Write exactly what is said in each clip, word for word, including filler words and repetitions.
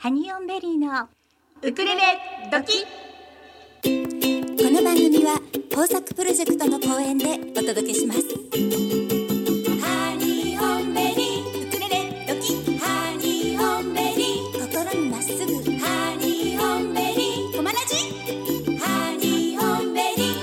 ハニオンベリーのウクレレドキ。 この番組は豊作プロジェクトの公演でお届けします。ハニオンベリーウクレレドキ、ハニオンベリー心にまっすぐ、ハニオンベリーコマラジ、ハニオンベリー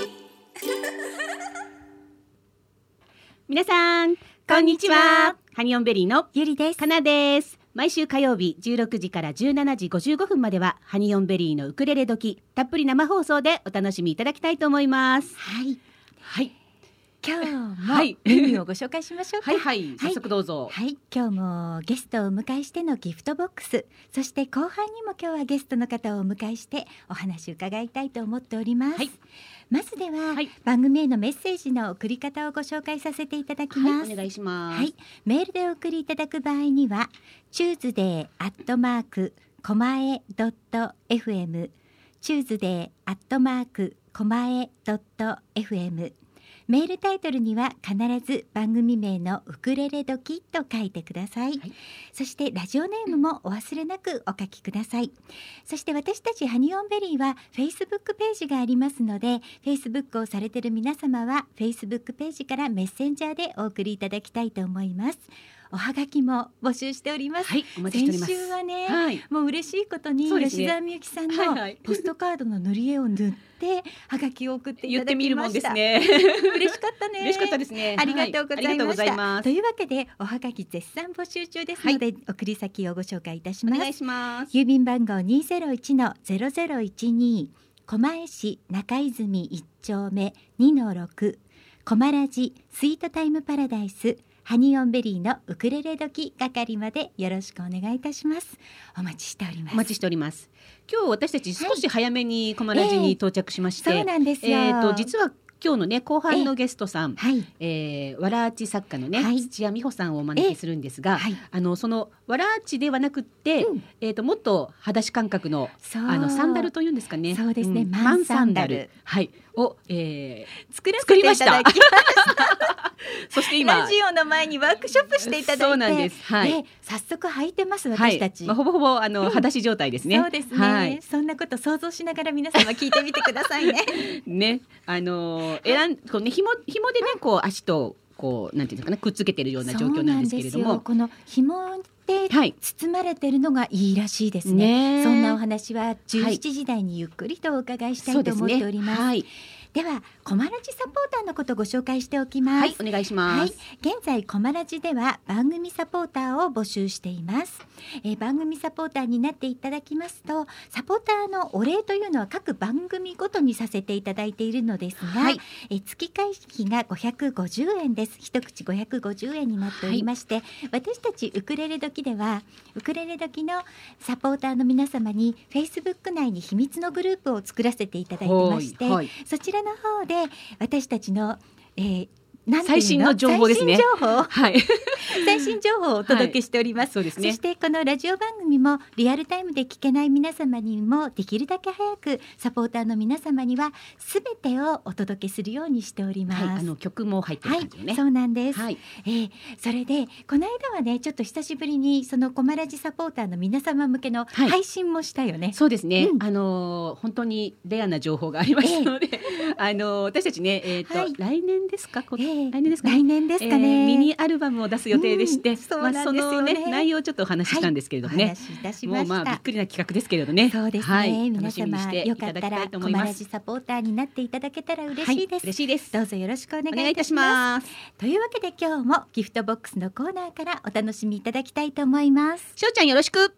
皆さんこんにちは。ハニオンベリーのゆりです。 かなです。毎週火曜日じゅうろくじからじゅうしちじごじゅうごふんまではハニオンベリーのウクレレ時たっぷり生放送でお楽しみいただきたいと思います。 はいはい、 今日もはいメニューをご紹介しましょうか。 はいはい早速どうぞ。 はい、今日もゲストをお迎えしてのギフトボックス、そして後半にも今日はゲストの方をお迎えしてお話伺いたいと思っております。はい、まずでは、はい、番組へのメッセージの送り方をご紹介させていただきます。 はい、お願いします。 はい、メールでお送りいただく場合にはチューズデーアットマークコマエドットエフエム、チューズデーアットマークコマエドットエフエム、メールタイトルには必ず番組名のウクレレドキと書いてください。はい、そしてラジオネームもお忘れなくお書きください。そして私たちハニオンベリーは Facebook ページがありますので、 Facebook をされている皆様は Facebook ページからメッセンジャーでお送りいただきたいと思います。おはがきも募集しております。 はい、お待ちしております。 先週はね、はい、もう嬉しいことに、ね、吉澤美由紀さんのポストカードの塗り絵を塗ってはがきを送っていただきました。言ってみるもんですね。嬉しかったね。 嬉しかったですね。 ありがとうございました。はい、ありがとうございます。というわけでおはがき絶賛募集中ですので、はい、送り先をご紹介いたします。 お願いします。 郵便番号 にーぜろいちのゼロゼロいちに 狛江市中泉いっちょうめ にのろく コマラジスイートタイムパラダイスハニオンベリーのウクレレ時係までよろしくお願いいたします。お待ちしております。 お待ちしております。今日私たち少し早めにコマラジに到着しまして、 はい、えー、そうなんですよ。 えーと実は今日のね後半のゲストさん、 えーはいえー、わらあち作家のね、はい、土屋美穂さんをお招きするんですが、 えーはい、 あのそのわらあちではなくって、うん、えーともっと裸足感覚のあのサンダルというんですかね。 そうですね、うん、 マンサンダル、はい、を、えー、 作らせていただきました。 そして今ラジオの前にワークショップしていただいて、 そうなんです、はい、 早速履いてます私たち、 はい、まあ、ほぼほぼあの、うん、裸足状態ですね。 そうですね、 はい、 そんなこと想像しながら皆様聞いてみてくださいね。 ね、あの選んこうね紐紐でねこう足とこうなんていうのかなくっつけてるような状況なんですけれども、 この紐で包まれてるのがいいらしいですね。はい、そんなお話はじゅうしちじ台にゆっくりとお伺いしたいと思っております。はい、ではコマラジサポーターのことをご紹介しておきます。 はい、お願いします。 はい、現在コマラジでは番組サポーターを募集しています。えー、番組サポーターになっていただきますと、サポーターのお礼というのは各番組ごとにさせていただいているのですが、はい、えー、月会費がごひゃくごじゅうえんです。一口ごひゃくごじゅうえんになっておりまして、はい、私たちウクレレ時ではウクレレ時のサポーターの皆様に Facebook 内に秘密のグループを作らせていただいてまして、はい、そちらの方で私たちの、えー最新の情報ですね。 最新情報、 はい、 最新情報をお届けしております。はい、そうですね。そしてこのラジオ番組もリアルタイムで聞けない皆様にもできるだけ早くサポーターの皆様にはすべてをお届けするようにしております。 はい、あの曲も入ってる感じよね。 はい、そうなんです。はい、えー、それでこの間はねちょっと久しぶりにそのコマラジサポーターの皆様向けの配信もしたよね。はい、 そうですね。うん、あの本当にレアな情報がありましたので、えー、あの私たちね、えーとはい、来年ですか、こえー、 来年ですか、 来年ですかね、 えー、ミニアルバムを出す予定でして、うん、 そうなんですよね。 まあ、そのね内容をちょっとお話ししたんですけれどもね、 はい、お話しいたしました。 もうまあびっくりな企画ですけれどね。 そうですね、はい、皆様よかったらコマラジサポーターになっていただけたら嬉しいです。はい、 嬉しいです。 どうぞよろしくお願いいたします。というわけで今日もギフトボックスのコーナーからお楽しみいただきたいと思います。 しょうちゃんよろしく。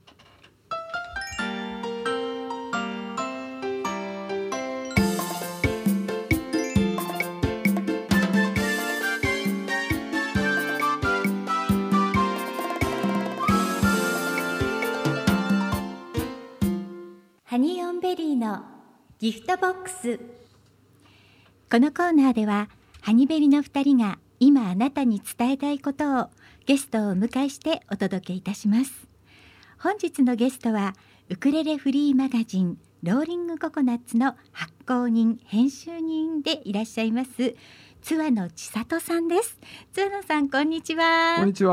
ハニオンベリーのギフトボックス。このコーナーではハニベリのふたりが今あなたに伝えたいことをゲストをお迎えしてお届けいたします。本日のゲストはウクレレフリーマガジンローリングココナッツの発行人編集人でいらっしゃいます津和野千里さんです。津和野さん、こんにちは。 こんにちは。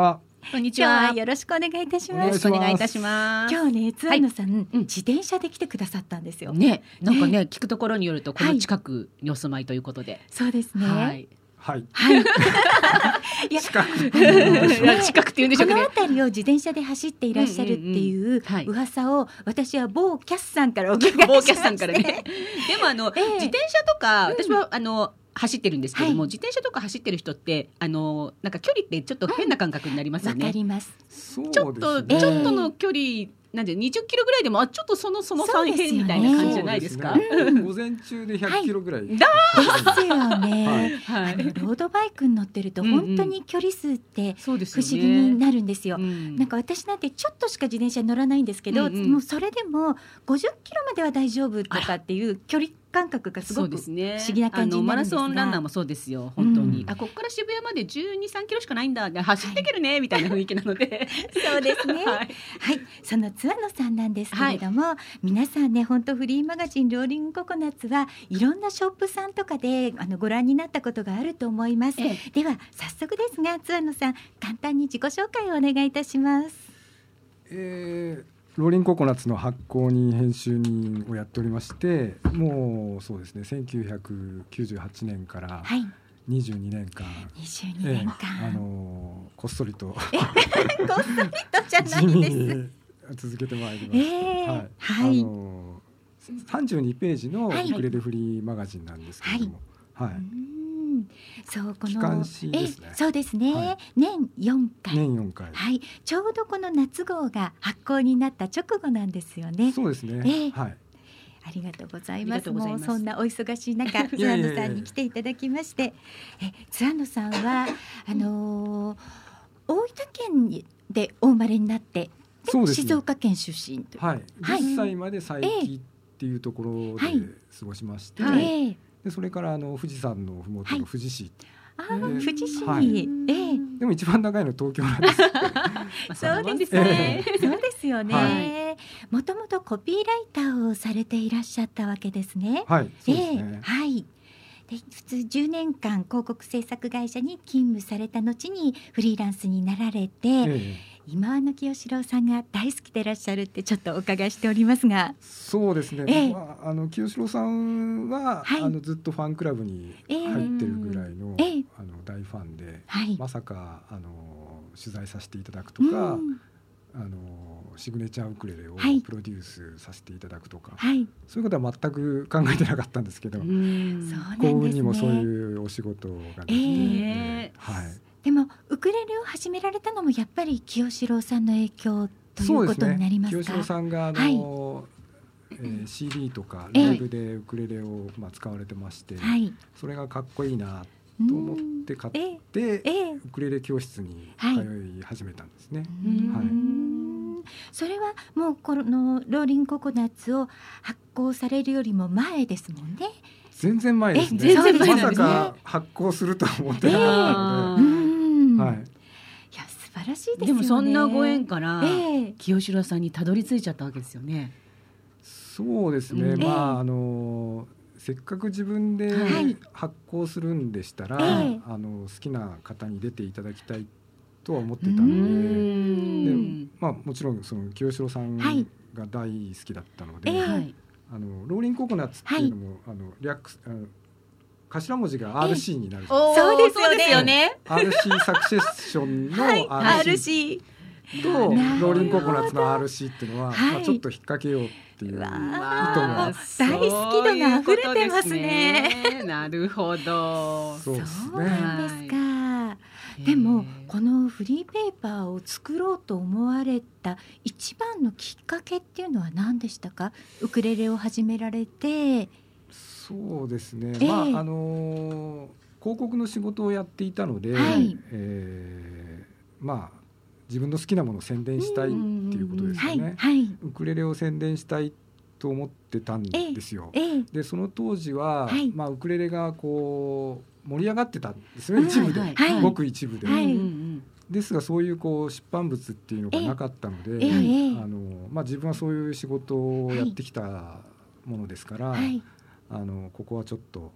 こんにち今日は。 はよろしくお願いいたします。 お願いしますお願いいたします。 今日ね、津野さん、 うん自転車で来てくださったんですよ。 ね、なんかね、聞くところによるとこの近くにお住まいということで、 そうですね。 はい。 はい。 はい。いや、 近く。 近くって言うんでしょうかね。 この辺りを自転車で走っていらっしゃるっていううんうんうんはい噂を私は某キャスさんからお伺いしまして。 某キャスさんからね。でもあの、 ええ自転車とか私はあの走ってるんですけども、 はい自転車とか走ってる人ってあのなんか距離ってちょっと変な感覚になりますよわかね。 ります。 そうちょっと、 ですねちょっとの距離なんでにじゅっキロぐらいでもあちょっとそのそのそうですよね三変みたいな感じじゃないですか。 そうですね午前中でひゃっキロぐらい。 はいですよね。 はいあのロードバイクに乗ってるとうんうん本当に距離数ってそうですよね。 不思議になるんですよ。 うんなんか私なんてちょっとしか自転車に乗らないんですけど、 うんうんもうそれでもごじゅっキロまでは大丈夫とかっていう距離感覚がすそうごくですね。 不思議な感じになるんですがあのマラソンランナーもそうですよ本当に、 うんあここから渋谷までじゅうに、さんキロしかないんだ走っていけるね、みたいな雰囲気なのでそうですね。 はいはい、その津野さんなんですけれども、皆さんね本当フリーマガジンローリングココナッツはいろんなショップさんとかであのご覧になったことがあると思います。 えでは早速ですが津野さん簡単に自己紹介をお願いいたします。 えーローリングココナッツの発行人編集人をやっておりまして、もうそうですねせんきゅうひゃくきゅうじゅうはちねんからはいにじゅうにねんかん、 にじゅうにねんかん、 えーあのーこっそりとこっそりとじゃな地味いです。 に続けてまいります。 えーはい、 はいあのーさんじゅうにページのウはいクレレフリーマガジンなんですけれども、はい、 うんそうこの機関誌ですねえそうですね、 はい年よんかい、 年よんかい、 はい、ちょうどこの夏号が発行になった直後なんですよね。 そうですね、 えーはい。 ありがとうございあります。 がとうございますもうそんなお忙しい中、津いやいやいや野さんに来ていただきまして、え津野さんはあのー大分県でお生まれになって、でそうですね静岡県出身という。 はい、 はいじゅっさいまで佐伯っていうところはいで過ごしまして、 はいええでそれからあの富士山のふもとの富士市、 あーで富士市に、 はいええでも一番長いの東京なんです。 まあそうですですねね。 そうですよね。 はもともとコピーライターをされていらっしゃったわけですね。 はい、そうですええね。 はい。で普通じゅうねんかん広告制作会社に勤務された後にフリーランスになられて、 ええ今の清志郎さんが大好きでいらっしゃるってちょっとお伺いしておりますが、 そうですね。 ええまあ、あの清志郎さんは、 はいあのずっとファンクラブに入ってるぐらいの、 ええあの大ファンで、 はい。 まさかあの取材させていただくとか、 うんあのシグネチャーウクレレをはいプロデュースさせていただくとか、 はい。 そういうことは全く考えてなかったんですけど、 うんそうなん幸運ですにもそうね。 いうお仕事ができて、 ええはい。 でもウクレレを始められたのもやっぱり清志郎さんの影響といそううですことになりね。 ますか。 清志郎さんがあの、えー シーディー とかええライブでウクレレを、まあ、使われてまして、 はい。 それがかっこいいなとと思って買っええて、 ええウクレレ教室にはい通い始めたんですね。 うんはいそれはもうこのローリングココナッツを発行されるよりも前ですもんね。 全然前ですね。 え全然前まなんですねさか発行するとは思ってなかったうのん。 で、はい。 いや素晴らしいですよね。 でもそんなご縁からええ清志郎さんにたどり着いちゃったわけですよね。 そうですね。 うんまああのせっかく自分ではい発行するんでしたら、 ええあの好きな方に出ていただきたいとは思ってたうので、 んでまあもちろんその清志郎さんがはい大好きだったので、 ええはい。 あのローリングココナッツっていうのも、あの略あの頭文字が アールシー になるじゃないですか。 おーそうですよねそうですよね。 アールシー サクセッションの アールシーアールシー。 とロなるほどーリングココナッツの アールシー っていうのは、 はいまあ、ちょっと引っ掛けようっていう意図うわがー大好き度が溢れてますねそういうことですね。なるほど。 そうですそうなんですね。 か。でもへーこのフリーペーパーを作ろうと思われた一番のきっかけっていうのは何でしたか。ウクレレを始められて、 そうですね。 ええまああのー広告の仕事をやっていたので、 はいえーまあ自分の好きなものを宣伝したいっていうことですはいよね。 はいウクレレを宣伝したいと思ってたんですよ。 ええでその当時は、 はいまあ、ウクレレがこう盛り上がってたんですね、一部で、 はいはいごく一部で、 はいうんうんですがそういうこう出版物っていうのがなかったので、 ええあのまあ、自分はそういう仕事をやってきたものですから、 はいあのここはちょっと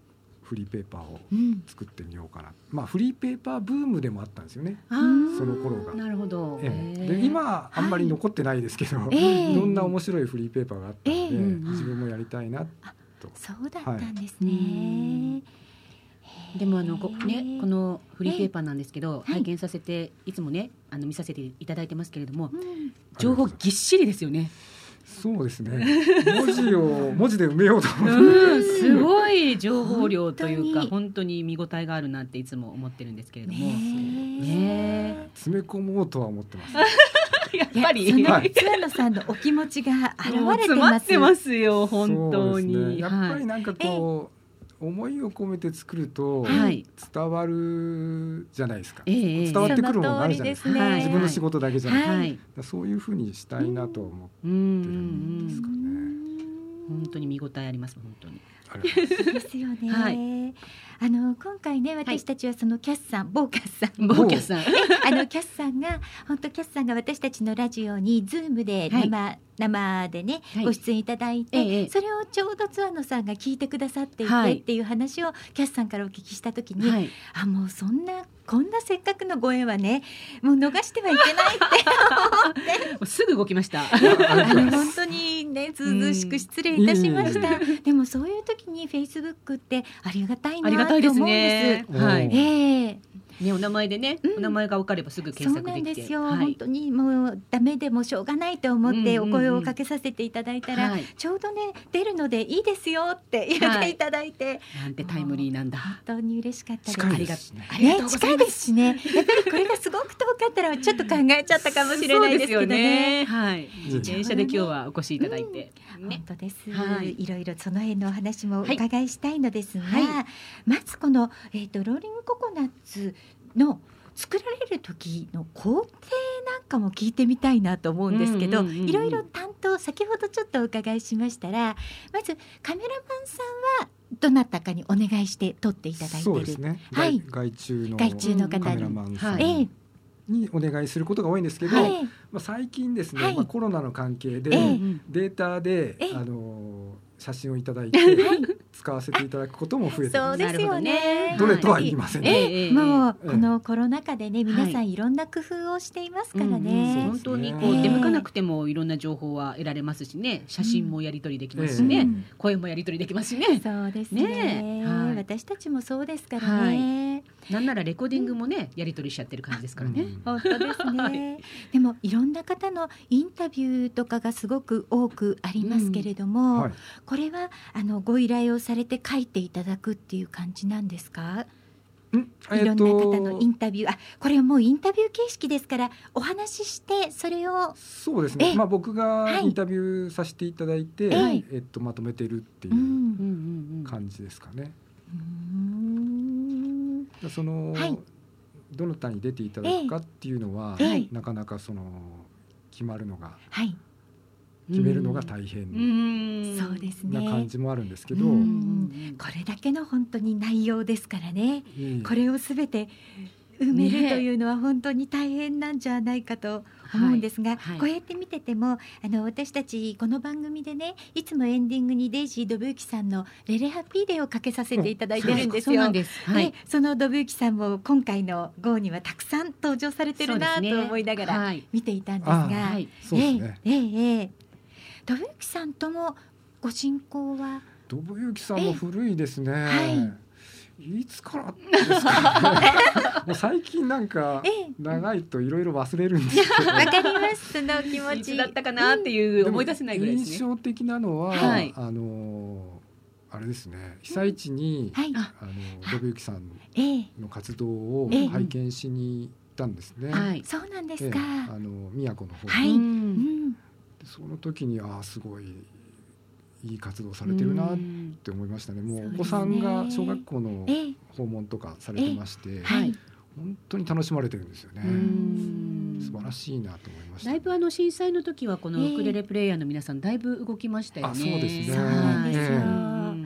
フリーペーパーをうん作ってみようかな、まあ、フリーペーパーブームでもあったんですよね、 あーその頃が。 なるほど、 えへーえで今あんまり残ってないですけど、 ええいろんな面白いフリーペーパーがあったので、 ええ自分もやりたいなと。 そうだったんですはいね。 でもあのこ,、ね、このフリーペーパーなんですけど、 ええ拝見させていつもねあの見させていただいてますけれども、 うん情報ぎっしりですよね。 そうですね、文字を文字で埋めようと思って、 うん、すごい情報量というか本当に本当に見応えがあるなっていつも思ってるんですけれども、 ねね詰め込もうとは思ってます。 やっぱりいやそのはい津野さんのお気持ちが現れてもう詰ます。 まってますよ本当そうですね、 に。 やっぱりなんかこう、思いを込めて作るとはい伝わるじゃないですか、 ええええ伝わってくるものがあるじゃないですか、 その通りですね自分の仕事だけじゃなくて、 はいはい、 そういうふうにしたいなと思ってうんうんるんですかね。 本当に見応えあります本当に。 ありがとうございます。 そうですよね。 はいあの今回ね私たちはそのキャスさん、某キャスさん、 ボーキャスさんあのキャスさんが本当キャスさんが私たちのラジオにズームで生、 はい生でね、 はいご出演いただいて、 ええそれをちょうど津野さんが聞いてくださっていて、 はいっていう話をキャスさんからお聞きした時に、 はいあもうそんなこんなせっかくのご縁はねもう逃してはいけないってもうすぐ動きました。 あの本当にねずうずうしく失礼いたしました。でもそういう時にフェイスブックってありがたいなありがたいですと思うんです。。 ねはい。 おーええねお名前でね、 うんお名前が分かればすぐ検そう索できて。 なんですよ、 はい本当にもうダメでもしょうがないと思ってお声をかけさせていただいたら、 はいちょうどね出るのでいいですよって言っていただいて、 なんてタイムリーなんだ。 本当に嬉しかったです。 近いですね。 ありがとねうございま。 近いですすしね。やっぱりこれがすごく遠かったらちょっと考えちゃったかもしれないですけどそうですよね。 ね。はい。自転車で今日はお越しいただいて。 本ね。 当です、 はいいろいろその辺のお話もおはい伺いしたいのですが、 はいまずこの、えー、とローリングココナッツの作られる時の工程なんかも聞いてみたいなと思うんですけど、 うんうんうんうんいろいろ担当先ほどちょっとお伺いしましたら、まずカメラマンさんはどなたかにお願いして撮っていただいている。 そうですね、 はい外外注の外注の方にカメラマンさんええにお願いすることが多いんですけど、 はいまあ、最近ですね、 はいまあ、コロナの関係で、 ええデータで、 ええあの写真をいただいて使わせていただくことも増えてそます。 うですよね。 なるどれとは言いませんね。 ええもうええこのコロナ禍でね皆さはいんいろんな工夫をしていますからうんうんね。 本当にこええう出向かなくてもいろんな情報は得られますしね、写真もやり取りできますしね、 うん声もやり取りできますしね。 そうですねねえはい私たちもそうですからね、 なんならレコーディングもね、やり取りしちゃってる感じですからね。 うん本当ですね、 はいでもいろんな方のインタビューとかがすごく多くありますけれども、 はい、 これはあのご依頼をされて書いていただくっていう感じなんですか？ んいろんな方のインタビュー、あこれはもうインタビュー形式ですからお話ししてそれをそうですえね、まあ、僕がはいインタビューさせていただいて、 ええっと、まとめてるっていうんううんうんうん。 感じですかね。 うんその、 はいどなたに出ていただくかっていうのは、 ええなかなかその決まるのがはい決めるのが大変うんそうですねな感じもあるんですけど、 ううんんこれだけの本当に内容ですからね、 ええこれをすべて埋めるねというのは本当に大変なんじゃないかと思うんですが、 はいはいこうやって見ててもあの私たちこの番組でねいつもエンディングにデイジー・ドブユキさんのレレハピーデーをかけさせていただいてるんですよ。 そうなんです。はでい。 そのドブユキさんも今回の号にはたくさん登場されてるなそうですねと思いながらはい。 見ていたんですが、 あはい。 そうですね、 ええええええドブユキさんともご親交はドブユキさんも古いですね、 はいいつからですかねもう最近なんかええ長いといろいろ忘れるんですけどわかりますその気持ちいつだったかなっていうでも思い出せないぐらいですね。 印象的なのは、 はいあのあれですね、被災地に、 はいああのドブユキさんええの活動をええ拝見しに行ったんですね、 はい。 そうなんでええすか、 あの宮古の方に、 はい、 ううんんでその時にああすごいいい活動されてるなっうんて思いましたね。もそうですねうお子さんが小学校のええ訪問とかされてまして、 はい本当に楽しまれてるんですよね。 うん素晴らしいなと思いました。 だいぶあの震災の時はこのええウクレレプレイヤーの皆さんだいぶ動きましたよね。 あそうですねそうなんですよはいうん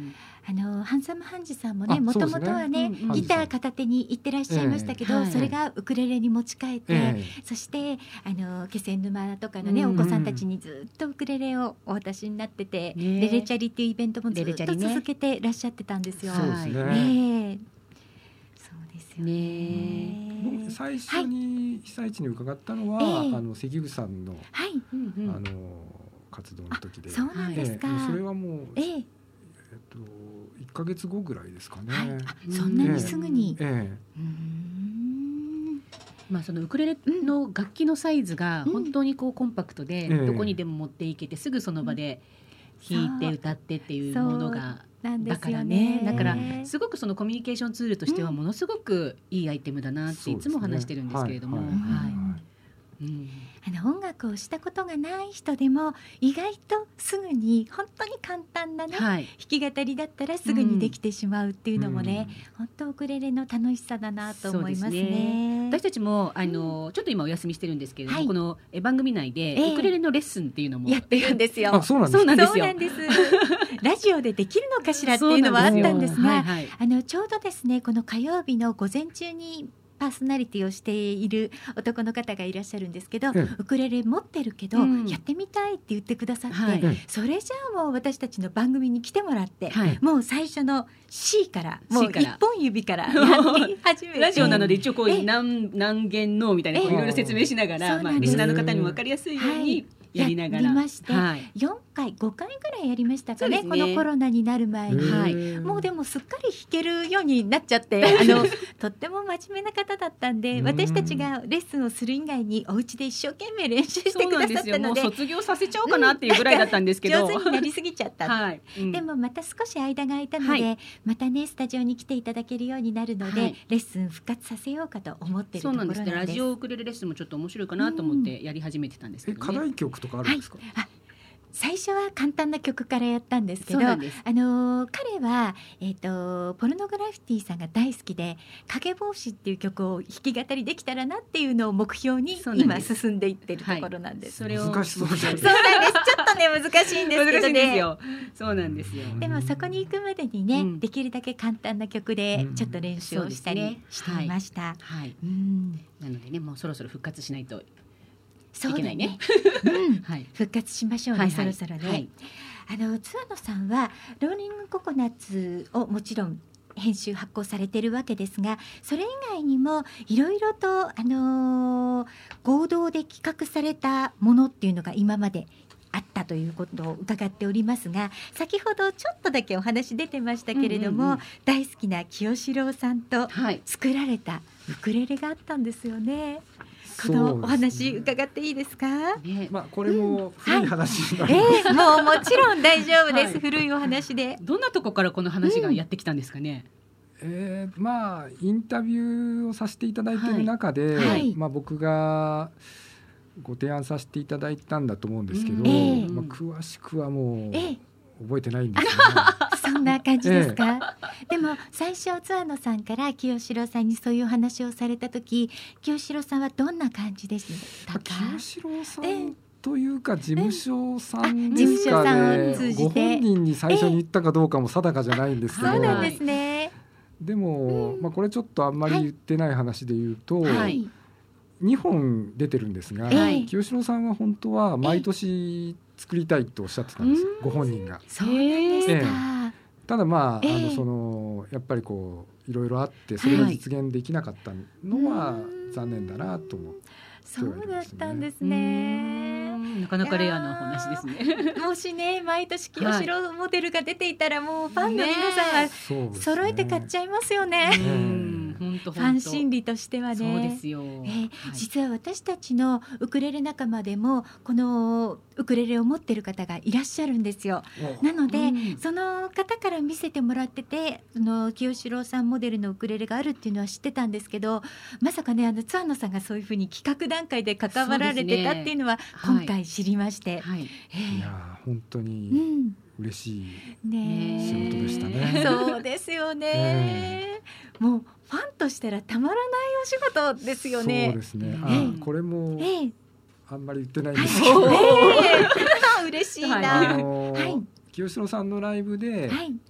あのハンサムハンジさんもね、 あもとそうですねもとはね、 うんうんギター片手に行ってらっしゃいましたけど、 ええはいそれがウクレレに持ち帰って、 えそしてあの気仙沼とかのね、 うんお子さんたちにずっとウクレレをお渡しになってて、 ねレレチャリっていうイベントもずっとレレチャリね続けてらっしゃってたんですよ。 そうですねええそうですよね。 ね僕最初に被災地に伺ったのは、 ええあの関口さんの、 はい、 うんうんあの活動の時で、 そうなんですか。 ええもうそれはもう、 えええっといっかげつごぐらいですかね。 はい、あそんなにすぐに。 えうーんまあ、そのウクレレの楽器のサイズが本当にこうコンパクトで、 うんどこにでも持っていけてすぐその場で弾いて歌ってっていうものがなんですよだからねね。 だからすごくそのコミュニケーションツールとしてはものすごくいいアイテムだなっていつも話してるんですけれども、 そうはですねはいはいいうんあの音楽をしたことがない人でも意外とすぐに本当に簡単なね、 はい弾き語りだったらすぐにできてしまうっていうのもね、本当ウクレレの楽しさだなと思いますそうですね。 私たちもあの、ちょっと今お休みしてるんですけれども、 はいこのえ番組内でええウクレレのレッスンっていうのもやってるんですよ。 あ、そうなんですそうなんですよそうなんですラジオでできるのかしらっていうのはあったんですが、 はいはいあのちょうどですねこの火曜日の午前中にパーソナリティをしている男の方がいらっしゃるんですけど、 ええウクレレ持ってるけど、 うんやってみたいって言ってくださって、 はいえそれじゃあもう私たちの番組に来てもらって、 はいもう最初の C からもう C から一本指からやって始めてラジオなので一応こうええ何何弦のみたいなこうええいろいろ説明しながら、まあ、 そうなんですリスナーの方にも分かりやすいようにやりながら、 やりましてはいよんかいごかいぐらいやりましたかね、 そうですねこのコロナになる前に、 はいもうでもすっかり弾けるようになっちゃってあのとっても真面目な方だったんで、 うん私たちがレッスンをする以外にお家で一生懸命練習してそうくだなんですよ。もさったのでう卒業させちゃおうかなっていうぐらいだったんですけど、 上手になりすぎちゃった、 はい、うんでもまた少し間が空いたので、 はいまたねスタジオに来ていただけるようになるので、 はいレッスン復活させようかと思っているとそうなころなんんです。 ですね。ラジオウクレレレッスンもちょっと面白いかなと思ってやり始めてたんですけえどね。 課題曲とかあるんですか。 あ最初は簡単な曲からやったんですけど、 そうなんです。 あのー彼は、えー、とポルノグラフィティさんが大好きで影帽子っていう曲を弾き語りできたらなっていうのを目標に今そうなんです進んでいってるところなんです。 それを難しそうじゃないそうなんです。ちょっとね難しいんですけ難しどね。 いんですよ。そうなんですよ。 でもそこに行くまでにね、 うんできるだけ簡単な曲でうんちょっと練習をしたりそうですねしていました。 はい。 うん、 なのでね、もうそろそろ復活しないと。 そうだいけないね。 うん、 はい。 復活しましょうね、 はいはいそろそろね。 はいあの津和野さんはローリングココナッツをもちろん編集発行されているわけですが、それ以外にもいろいろと、あのー合同で企画されたものっていうのが今まであったということを伺っておりますが、先ほどちょっとだけお話出てましたけれども、 うんうんうん大好きな清志郎さんとはい。 作られたウクレレがあったんですよね。こそうですねのお話伺っていいですか？ ね。 まあこれも古い話になえる。 えもうもちろん大丈夫です、 はい古いお話で。 どんなとこからこの話がやってきたんですかね。 えーまあインタビューをさせていただいている中で、 はいはいまあ僕がご提案させていただいたんだと思うんですけど、 うんええまあ詳しくはもうええ覚えてないんですが、 そんな感じですか、でも最初津和野さんから清志郎さんにそういうお話をされた時、清志郎さんはどんな感じでしたか？ 清志郎さええんというか事務所さあん事務所ですかさんをね。 通じてご本人に最初に言ったかどうかも定かじゃないんですけど、 そうなんですね。 でも、 うんまあこれちょっとあんまり言ってない話で言うと、 はいにほん出てるんですが、 ええ清志郎さんは本当は毎年作りたいとおっしゃってたんですよ、 うんご本人が。 そうなんですか。 えただまあ、 ええあのそのやっぱりこういろいろあってそれが実現できなかったのは残念だなと思って、 そうだったんですうね。 ーんなかなかレアなお話ですね。 もしね毎年清志郎モデルが出ていたら、もうファンの皆さんはそうですね揃えて買っちゃいますよね。 うーん本当ファン心理としてはね。 そうですよ。 えーはい実は私たちのウクレレ仲間でもこのウクレレを持ってる方がいらっしゃるんですよ。なので、 うんその方から見せてもらってて、その清志郎さんモデルのウクレレがあるっていうのは知ってたんですけど、まさかねあの津和野さんがそういうふうに企画段階で関わられてたっていうのはそうですね今回知りまして、 はい。 えいやー本当ーにうん嬉しいねえ仕事でしたね。 そうですよね、もうファンとしたらたまらないお仕事ですよね。 そうですね。あえーこれもええあんまり言ってないんはい、 ですけど、 ええ嬉しいな。 はあのーはい清志郎さんのライブではい、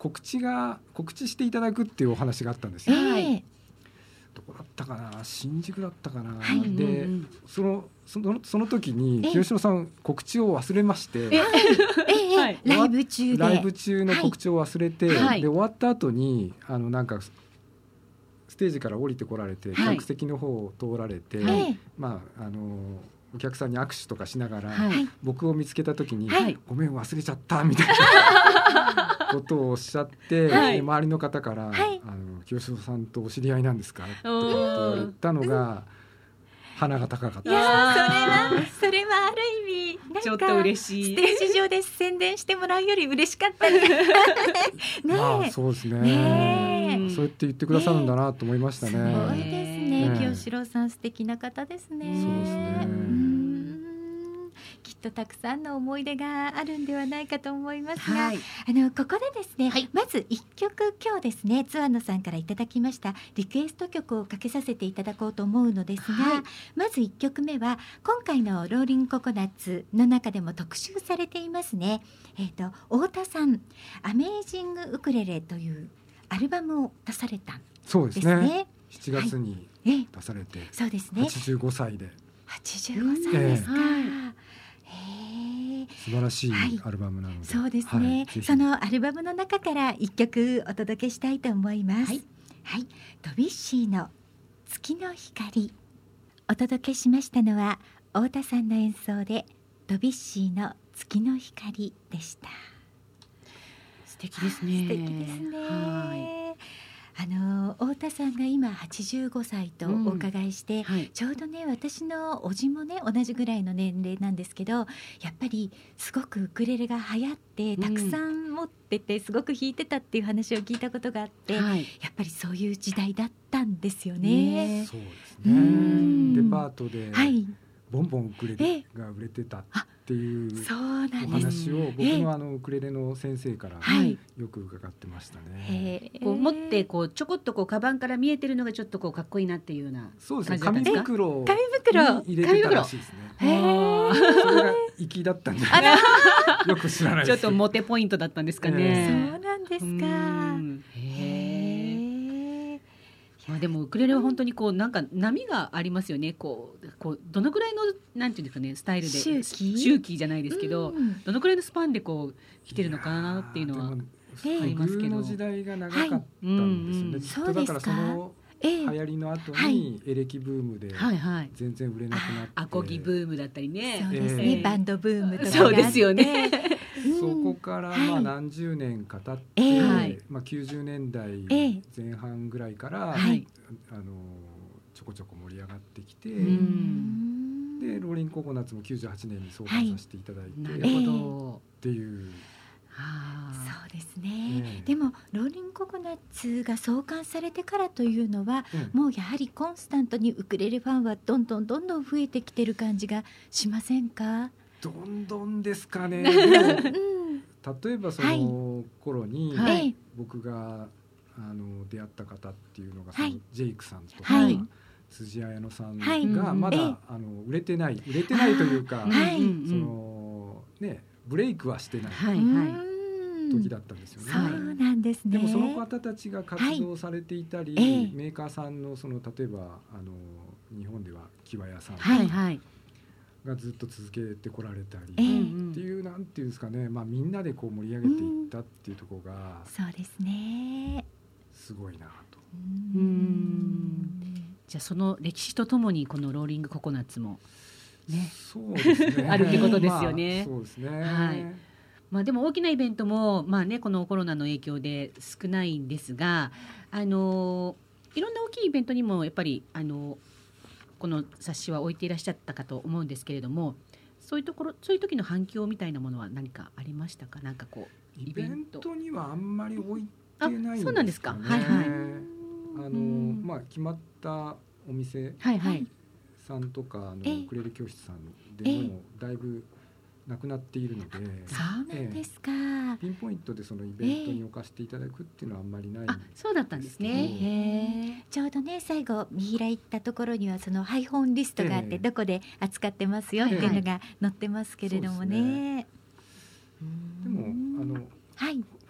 告知が告知していただくっていうお話があったんですよ。 ええどこだったかな、新宿だったかな、 はいで、 うんうんそのそのその時にええ清志郎さん告知を忘れまして、 えええはいライブ中でライブ中の告知を忘れて、 はいで終わった後にあのなんかステージから降りてこられて、 はい客席の方を通られて、 ええまああのお客さんに握手とかしながら、 はいはい僕を見つけた時に、 はいごめん忘れちゃったみたいなことをおっしゃって、 はいで周りの方から、 はいあの清志郎さんとお知り合いなんですかって言おーわれたのが、鼻が高かったいやーそれあーはそれはある意味なんかちょっと嬉しいステージ上で宣伝してもらうより嬉しかったねねえ、 まあそうですね、 ねえそうやって言ってくださるんだなと思いましたね。 すごいですね、 ね清志郎さん素敵な方ですね。 そうですねうんきっとたくさんの思い出があるんではないかと思いますが、 はいあのここでですね、 はいまずいっきょく今日ですね津和野さんからいただきましたリクエスト曲をかけさせていただこうと思うのですが、 はいまずいっきょくめは今回のローリングココナッツの中でも特集されていますね、えー、と太田さんアメージングウクレレというアルバムを出されたんそうでですすね。 ね。 しちがつにええ出されて、 そうですねはちじゅうごさいではちじゅうごさいですか、 うんはいへえ素晴らしいはいアルバムなので、 そうですね、 はいぜひそのアルバムの中から一曲お届けしたいと思います。 はい、 はい、ドビュッシーの月の光。お届けしましたのは太田さんの演奏でドビュッシーの月の光でした。 素敵ですね。 素敵ですね。 はあの太田さんが今はちじゅうごさいとお伺いして、 いはいちょうどね私のおじもね同じぐらいの年齢なんですけど、やっぱりすごくウクレレが流行ってたくさん持っててすごく弾いてたっていう話を聞いたことがあって、 はいやっぱりそういう時代だったんですよね。 そうですうね。 んデパートではい、 ボンボンウクレレが売れてたっていうそうなんです。 お話を僕ええのあのウクレレの先生からはいよく伺ってましたね。 へえこう持ってこうちょこっとこうカバンから見えてるのがちょっとこうかっこいいなっていうようなそうですね。紙感じだったんですか袋紙袋に入れてたらしいですね。 へえあそれが粋だったんじゃないよく知らないーちょっですけど。 とモテポイントだったんですかそうね。 なんですうか。 んへへえ。 え。まあでもウクレレは本当にこうなんか波がありますよね。こうこうどのくらいのなんていうんですかねスタイルで周期周期じゃないですけど、 うんどのくらいのスパンでこう来てるのかなっていうのは。 やーでもええありますけど不遇の時代が長かったんですよね。 はいずっとだからそのええ流行りの後はいにエレキブームではいはい。 全然売れなくなって、 アコギブームだったりね。 そうですね、 ええバンドブームとかがあってそうですよね。 うんそこからはいまあ何十年か経って、 ええはいまあ、きゅうじゅうねんだいええ前半ぐらいから、 はいあのちょこちょこ盛り上がってきて、 うんでローリングココナッツもきゅうじゅうはちねんに創刊させていただいて、 なるっほど。 ていう、 はあそうですね、 ええでもローリングココナッツが創刊されてからというのは、 うんもうやはりコンスタントにウクレレファンはどんどんどんどん増えてきてる感じがしませんか？ どんどんですかね。でもうん、 例えばその頃に、 はいええ僕があの出会った方っていうのが、 はいそのジェイクさんとか、 はい辻彩乃さんはいがまだ、 ええあの売れてない売れてないというか、 あはいうんうんうんそのねブレイクはしてないはいはい。 うん時だったんですよね。 そうなんですね。 でもその方たちが活動されていたり、 はいええメーカーさんのその例えばあの日本ではキワヤさんはいはい。 がずっと続けてこられたり、 ええっていうなんていうんですかね、まあみんなでこう盛り上げていったっていうところがそうですね。 すごいなと。 ううんじゃあその歴史とともにこのローリングココナッツもね。 そうですね。 あるってことですよねまあそうですね。 はいまあでも大きなイベントもまあねこのコロナの影響で少ないんですが、あのいろんな大きいイベントにもやっぱりあのこの冊子は置いていらっしゃったかと思うんですけれども、そういうところそういう時の反響みたいなものは何かありましたか？なんかこうイベントにはあんまり置いてないんですかね。 あそうなんですかはいはいあのんまあ決まったお店はいはい。 さんとかあのええウクレレ教室さんでもだいぶなくなっているので、 そうなんですか。 ピンポイントでそのイベントに置かせていただくっていうのはあんまりない。 あそうだったんですね。 ですけどへえ。 ちょうどね最後見開いたところにはその配本リストがあって、 ええどこで扱ってますよっていうのが載ってますけれどもね。 でもあのはいフ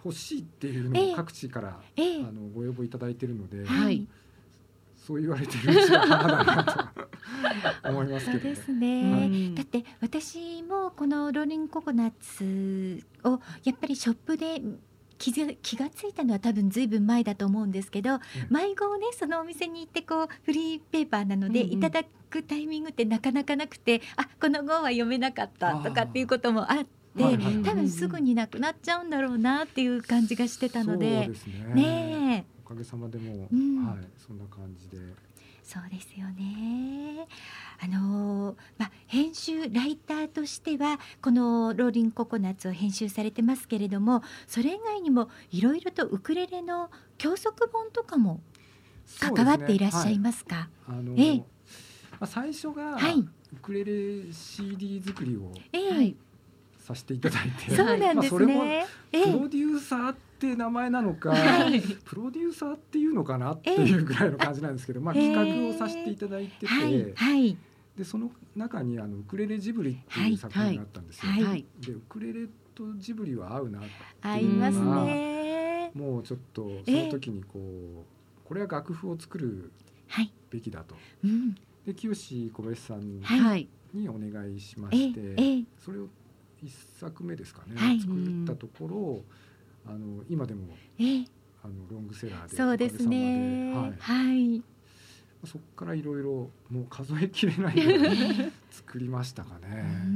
欲しいっていうのを各地から、 ええ、 あのご要望いただいているので、 はい、 そう言われてるうちが花だなと思いますけどね。 そうですね、 はい、 だって私もこのローリングココナッツをやっぱりショップで気が、気がついたのは多分ずいぶん前だと思うんですけど、うん、迷子ねそのお店に行ってこうフリーペーパーなので、うんうん、いただくタイミングってなかなかなくて、あこの号は読めなかったとかっていうこともあって、はいはい、多分すぐになくなっちゃうんだろうなっていう感じがしてたので、 そうですね、 ねえおかげさまでも、 うん、 はい、そんな感じで。 そうですよね。あのーまあ、編集ライターとしてはこのローリングココナッツを編集されてますけれども、それ以外にもいろいろとウクレレの教則本とかも関わっていらっしゃいますか？ そうですね、はい、あのええ、 まあ、最初が、 はい、 ウクレレ シーディー 作りを、 ええ、 はい、 させていただいて、 そうなんですね、 まあ、それもプロデューサーって名前なのか、はい、プロデューサーっていうのかなっていうぐらいの感じなんですけど、まあ、企画をさせていただいてて、 はいはい、 でその中にあのウクレレジブリっていう作品があったんですよ、 はいはい、 でウクレレとジブリは合うなっていうのが合いますね。 もうちょっとその時にこうこれは楽譜を作るべきだと、はい、うん、で清小林さんにお願いしまして、はい、それを一作目ですかね、はい、作ったところ、あの今でもあのロングセラーで、 そうですね、はいはい、 そこからいろいろもう数えきれないぐらい作りましたかね。 うん、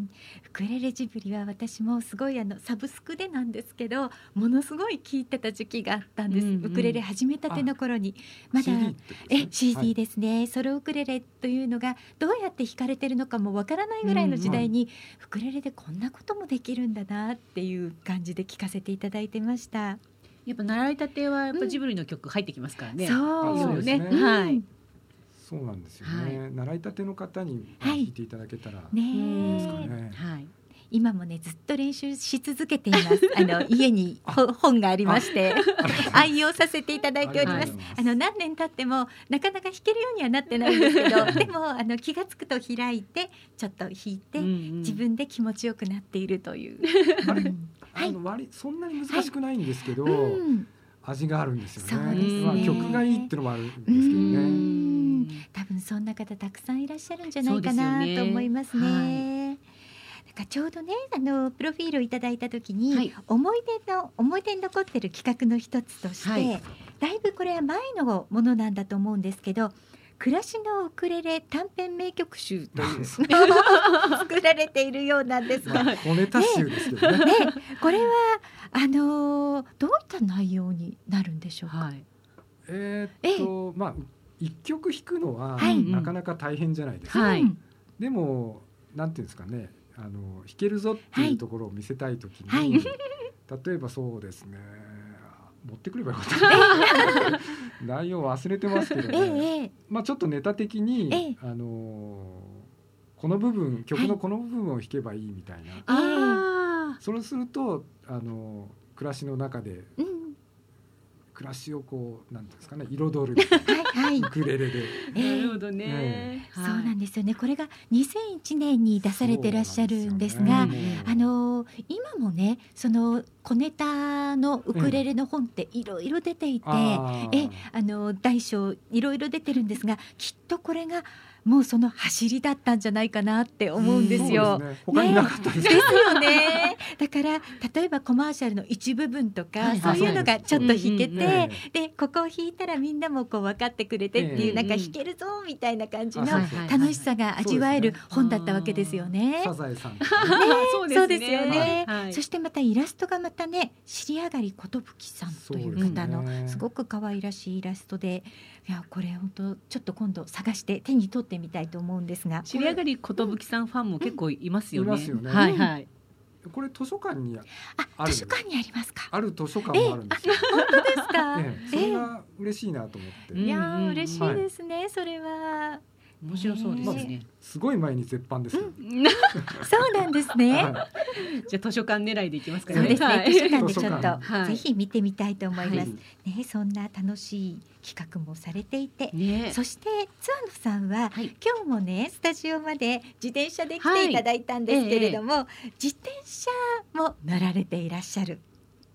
ウクレレジブリは私もすごいあのサブスクでなんですけどものすごい聴いてた時期があったんです、うんうん、ウクレレ始めたての頃にまだ シーディー ですね、え シーディー ですね、はい、ソロウクレレというのがどうやって弾かれてるのかもわからないぐらいの時代に、うん、はい、ウクレレでこんなこともできるんだなっていう感じで聴かせていただいてました。 やっぱ習いたてはやっぱジブリの曲入ってきますからね、 うん、そうですね、 はい、 そうなんですよね、はい、習いたての方に弾いていただけたらいいですかね、はい、 今もねずっと練習し続けていますあの家に本がありまして愛用させていただいております。あの何年経ってもなかなか弾けるようにはなってないんですけどでもあの気がつくと開いてちょっと弾いて、うんうん、自分で気持ちよくなっているというあれ、 あの割そんなに難しくないんですけど、はい、うん、味があるんですよね。 そうですね、 まあ、曲がいいっていうのもあるんですけどね。 多分そんな方たくさんいらっしゃるんじゃないかなと思いますね。はい、ちょうどねあのプロフィールをいただいた時に、はい、思い出の思い出に残ってる企画の一つとして、はい、だいぶこれは前のものなんだと思うんですけど、暮らしのウクレレ短編名曲集という作られているようなんですが、 まあ、小ネタ集ですけど ね, ね, ねこれはあのー、どういった内容になるんでしょうか。はい、 えー、っとまあ一曲弾くのは、はい、なかなか大変じゃないですか、はい、でもなんていうんですかね、あの弾けるぞっていうところを見せたいときに、はい、例えばそうですね、持ってくればよかった内容忘れてますけどね、ええ、まあ、ちょっとネタ的に、ええ、あのこの部分曲のこの部分を弾けばいいみたいな、はい、そうするとあの暮らしの中で、うん、暮らしをこうなんていうんですかね、彩るはい、ウクレレで、 えー、なるほどね、 ね、そうなんですよね。これがにせんいちねんに出されてらっしゃるんですが、ね、あの今もねその小ネタのウクレレの本っていろいろ出ていて、うん、えあの大小いろいろ出てるんですが、きっとこれがもうその走りだったんじゃないかなって思うんですよ。 うん、そうですね、他になかったです、 ね、ですよね。だから例えばコマーシャルの一部分とか、はい、そういうのがちょっと弾けて、ね、でここを弾いたらみんなもこう分かってくれてっていう、ね、なんか弾けるぞみたいな感じの楽しさが味わえる本だったわけですよね。 サザエさん、ね、 そうですね、よね、はい、そしてまたイラストがまたね、尻上がり寿さんという方のすごく可愛らしいイラストで、いやこれ本当ちょっと今度探して手に取ってみたいと思うんですが、 尻上がり寿さんファンも結構いますよね。 いますよね。 はいはい。 これ図書館に あ, ある図書館にありますか。 ある図書館もあるんですよ。 本当ですか。 ええ、それが嬉しいなと思って。 いや嬉しいですね、はい、それは面白そうですね、 まあ、すごい前に絶版ですよ、うん、 そうなんですね、はい、 じゃあ図書館狙いでいきますかね。 そうですね、 はい、 図書館でちょっと、はい、ぜひ見てみたいと思います、はい、ね、そんな楽しい企画もされていて、ね、そして津和野さんは、はい、今日もねスタジオまで自転車で来ていただいたんですけれども、はい、ええ、自転車も乗られていらっしゃる。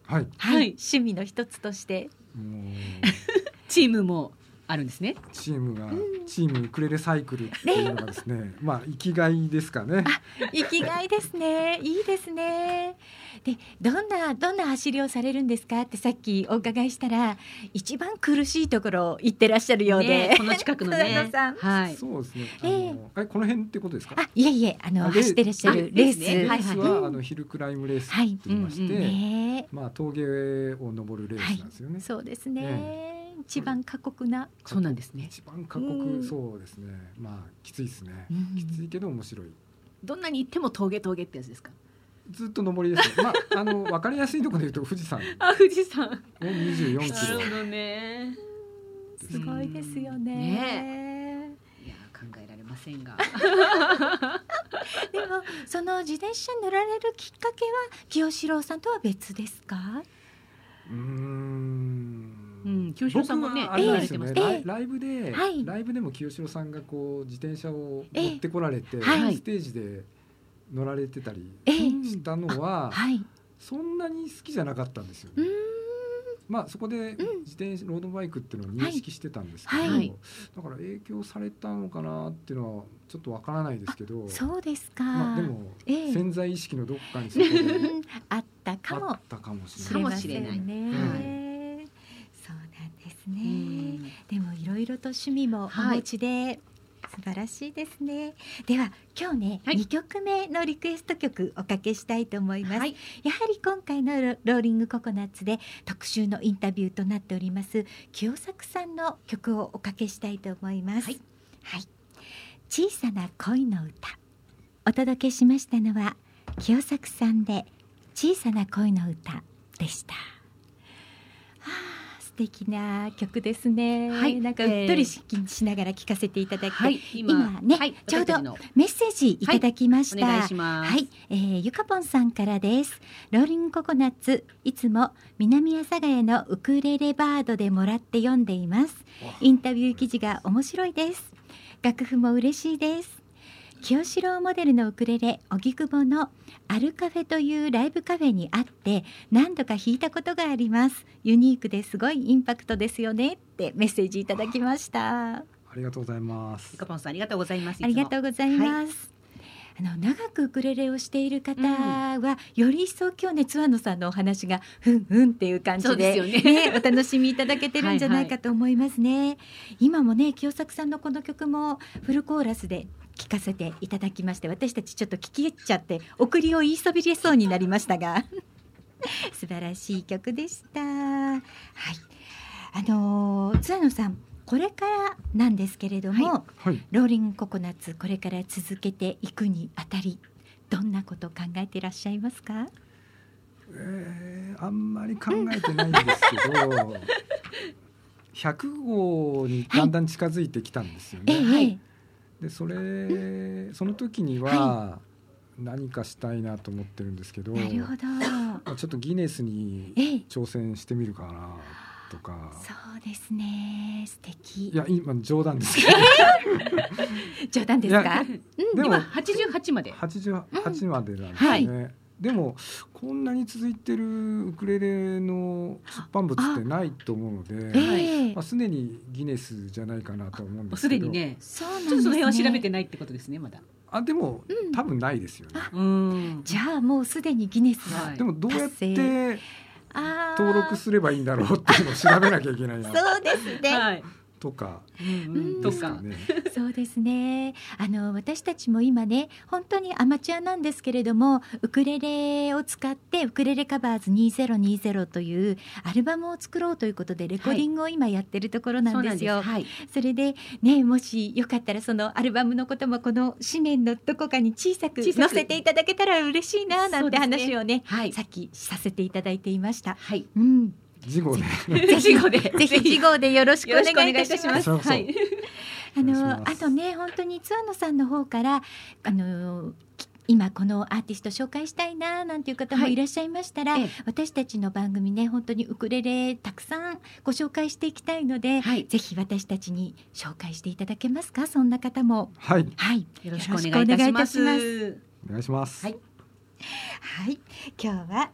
はい、 はいはい趣味の一つとしてもうチームもあるんですね。 チームが、チームウクレレサイクルっていうのがですね、まあ生きがいですかね。 生きがいですね。いいですね。で、どんなどんな走りをされるんですかってさっきお伺いしたら、一番苦しいところを行ってらっしゃるようで、 ね、この近くの津ね野さんはい。 そうですね。あえの、えこの辺ってことですか。 あ、いえいえ、あのあレ走ってらっしゃるあレース、 ですねレースは、 うんあのヒルクライムレースって言いまして、 はいうんうんねまあ峠を登るレースなんですよね。 そうですね。 え一番過酷な。 そうなんですね。 一番過酷、 うんそうですね。まあきついですね。 うんきついけど面白い。 どんなに行っても峠峠ってやつですか。 ずっと登りですね。まああの分かりやすいところで言うと富士山をあ、富士山。 にじゅうよんキロ。 なるほどね。 すごいですよね。 ねいや考えられませんが。 でもその自転車に乗られるきっかけは清志郎さんとは別ですか？ うーん。 うん、清志郎さんもね僕はあれなんですよね、 ええライライブで、 はいライブでも清志郎さんがこう自転車を持ってこられて、 えはいステージで乗られてたりええしたのは、 はい。 そんなに好きじゃなかったんですようーね。 ん。 まあそこで自転車ロードバイクっていうのを認識してたんですけど、 はいはいだから影響されたのかなっていうのはちょっとわからないですけど、 そうですか。 まあでも、 ええ潜在意識のどこかにそこでうんあったかもあったかもしれしない。 かもれませしれないんね。 はそうなんですうね。 んでもいろいろと趣味もおはい持ちで、素晴らしいですね。では今日ね、 はいにきょくめのリクエスト曲おかけしたいと思います。 はい。 やはり今回のロローリングココナッツで特集のインタビューとなっております清作さんの曲をおかけしたいと思います。 はいはい、小さな恋の歌、お届けしましたのは清作さんで小さな恋の歌でした。はあ、素敵な曲ですね。 はいなんかうっとりし,、しながら聴かせていただいて、 はい。 今ねはい、 ちょうど私たちのメッセージいただきました。 お願いします。 はい、えー、ゆかぽんさんからです。ローリングココナッツ、いつも南阿佐ヶ谷のウクレレバードでもらって読んでいます。インタビュー記事が面白いです。楽譜も嬉しいです。清志郎モデルのウクレレ、荻窪のアルカフェというライブカフェにあって何度か弾いたことがあります。ユニークですごいインパクトですよねってメッセージいただきました。 ありがとうございますゆ。かぽんさんありがとうございます。 ありがとうごございます。あの長くウクレレをしている方は、より一層今日ね津和野さんのお話がふんふんっていう感じそうでですよねお楽しみいただけてるんじゃないかと思いますね。今もね清作さんのこの曲もフルコーラスで聴かせていただきまして、私たちちょっと聞き入っちゃって送りを言いそびれそうになりましたが素晴らしい曲でした。はい、あのー、津和野さんこれからなんですけれども、 ははい。 ローリングココナッツこれから続けていくにあたりどんなことを考えていらっしゃいますか？ えー、あんまり考えてないんですけど、ひゃくごうにだんだん近づいてきたんですよね。 ええはいでそれその時には何かしたいなと思ってるんですけど、 なるほど。 まあちょっとギネスにええ、 挑戦してみるかなとか。 そうですね。素敵。 いや今冗談ですけど、 冗談ですか？ いやでも今はちじゅうはちまで。 はちじゅうはちまでなんですよね。でもこんなに続いてるウクレレの出版物ってないと思うので、 ええまあ、すでにギネスじゃないかなと思うんでもうすけど。 すでにね。 そうなんですね。 ちょっとその辺は調べてないってことですねまだ。 あでも、 うん多分ないですよね。 うん。 じゃあもうすでにギネスははいでもどうやっ達てあー登録すればいいんだろうっていうのを調べなきゃいけないなそうですね。 はい。 とかうんうんとか。 ですかね。 そうですね。あの私たちも今ね本当にアマチュアなんですけれどもウクレレを使ってウクレレカバーズにせんにじゅうというアルバムを作ろうということでレコーディングを今やってるところなんですよ。 そうなんです。はい。 それでねもしよかったらそのアルバムのこともこの紙面のどこかに小さく小さく載せていただけたら嬉しいななんてそうですね話をねはい。 さっきさせていただいていました。 はい。 うん、 事後でぜひでぜひ次号でよろしくお願いいたします。 そうそうはい。 あお願いしますのあとね本当に津和野さんの方からあのき今このアーティスト紹介したいななんていう方もはいいらっしゃいましたら、 ええ私たちの番組ね本当にウクレレたくさんご紹介していきたいので、 はい。 ぜひ私たちに紹介していただけますか？そんな方もはいはいよろしくお願いいたします。 お願いします。 はいはい今日は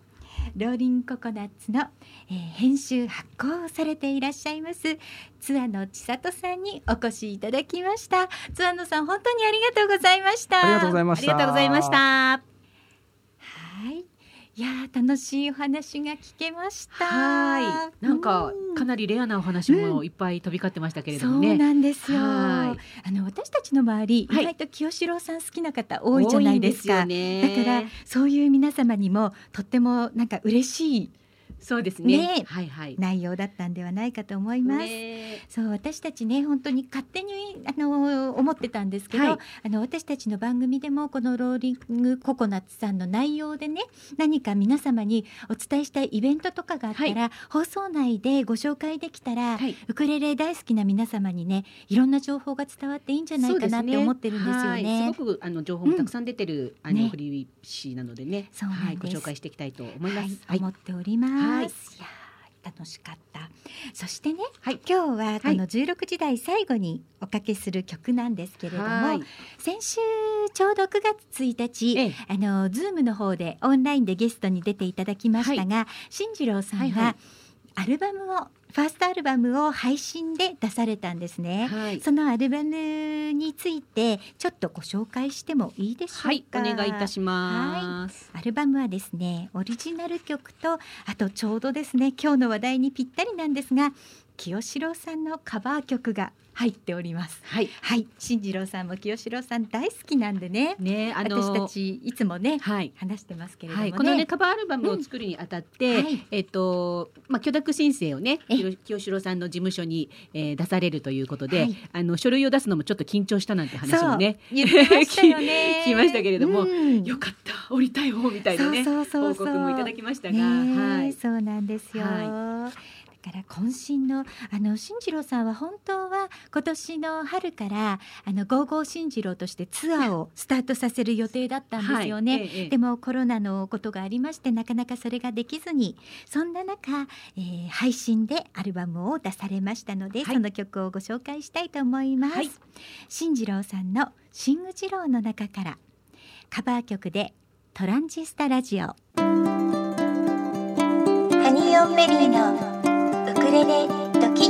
ローリングココナッツの、えー、編集発行をされていらっしゃいます津和野千里さんにお越しいただきました。津和野さん、本当にありがとうございました。 ありがとうございました。 ありがとうございました。 はい、いや楽しいお話が聞けました。 はい、なんかかなりレアなお話もいっぱい飛び交ってましたけれどもね、 うん、そうなんですよ。 はいあの私たちの周り、はい、意外と清志郎さん好きな方多いじゃないですか。 多いんですよね。 だからそういう皆様にもとってもなんか嬉しいそうですね、 ね、 はいはい、 内容だったんではないかと思います、ね、そう私たちね本当に勝手にあの思ってたんですけど、はい、あの私たちの番組でもこのローリングココナッツさんの内容でね何か皆様にお伝えしたいイベントとかがあったら、はい、放送内でご紹介できたら、はい、ウクレレ大好きな皆様にねいろんな情報が伝わっていいんじゃないかなって思ってるんですよね。 はい、すごくあの情報もたくさん出てる、うん、あの、ね、フリーシーなのでね、 そうなんです、 はい、ご紹介していきたいと思います、 はい、思っております、はい、いや楽しかった。そしてね、はい、今日はこのじゅうろくじ台最後におかけする曲なんですけれども、はい、先週ちょうどくがつついたち、ええ、あの Zoom の方でオンラインでゲストに出ていただきましたが、はい、進次郎さんがアルバムをファーストアルバムを配信で出されたんですね、はい、そのアルバムについてちょっとご紹介してもいいでしょうか。 はい、お願いいたします、 はい、アルバムはですねオリジナル曲とあとちょうどですね今日の話題にぴったりなんですが清志郎さんのカバー曲が入っております。はい、はい、進次郎さんも清志郎さん大好きなんで ね, ね、あのー、私たちいつもね、はい、話してますけれどもね、はい、 このねカバーアルバムを作るにあたって、うんはい、えっとまあ、許諾申請をね清志郎さんの事務所に、えー、出されるということで、はい、あの書類を出すのもちょっと緊張したなんて話もね言ってましたよね聞きましたけれども、うん、よかった降りたい方みたいなねそうそうそうそう報告もいただきましたが、 はい、そうなんですよ、 はいだから渾身のあの進次郎さんは本当は今年の春からあのゴーゴー進次郎としてツアーをスタートさせる予定だったんですよね、はいええ、でもコロナのことがありましてなかなかそれができずにそんな中、えー、配信でアルバムを出されましたので、はい、その曲をご紹介したいと思います、はい、進次郎さんのシング次郎の中からカバー曲でトランジスタラジオ。 ハニーオンベリーのウクレレドキ。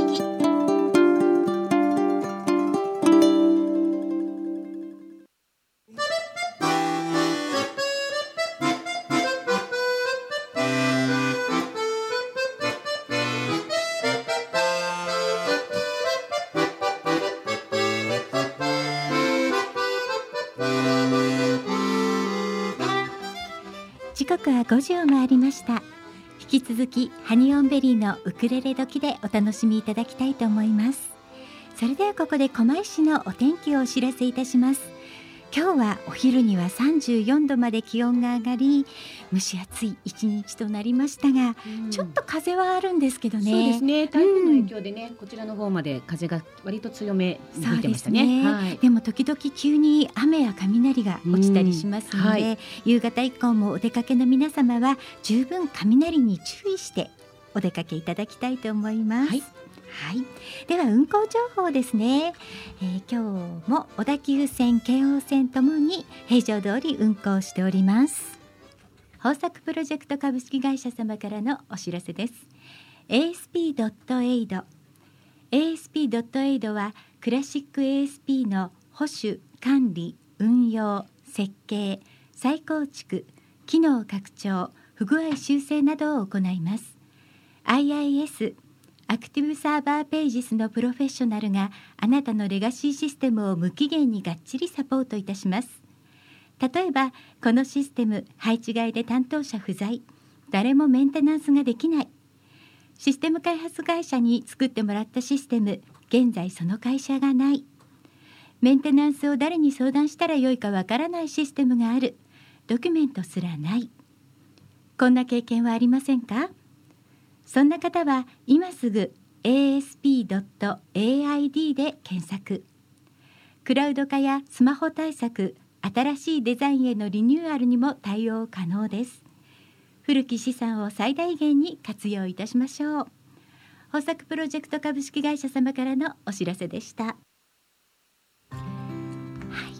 時刻はごじを回りました。引き続きハニオンベリーのウクレレ時でお楽しみいただきたいと思います。それではここで狛江市のお天気をお知らせいたします。今日はお昼にはさんじゅうよんどまで気温が上がり蒸し暑い一日となりましたが、うん、ちょっと風はあるんですけどね。 そうですね、台風の影響でね、うん、こちらの方まで風が割と強めに吹いてましたね。そうですね、はい、 でも時々急に雨や雷が落ちたりしますので、うんはい、夕方以降もお出かけの皆様は十分雷に注意してお出かけいただきたいと思います。はいはい、では運行情報ですね、えー、今日も小田急線京王線ともに平常通り運行しております。豊作プロジェクト株式会社様からのお知らせです。 エーエスピードットエイド エーエスピードットエイド はクラシック エーエスピー の保守管理運用設計再構築機能拡張不具合修正などを行います。 アイアイエスアクティブサーバーページスのプロフェッショナルがあなたのレガシーシステムを無期限にがっちりサポートいたします。例えばこのシステム配置外で担当者不在、誰もメンテナンスができない、システム開発会社に作ってもらったシステム現在その会社がない、メンテナンスを誰に相談したらよいかわからないシステムがある、ドキュメントすらない、こんな経験はありませんか？そんな方は今すぐ エーエスピードットエーアイディー で検索。クラウド化やスマホ対策、新しいデザインへのリニューアルにも対応可能です。古き資産を最大限に活用いたしましょう。豊作プロジェクト株式会社様からのお知らせでした。はい、それ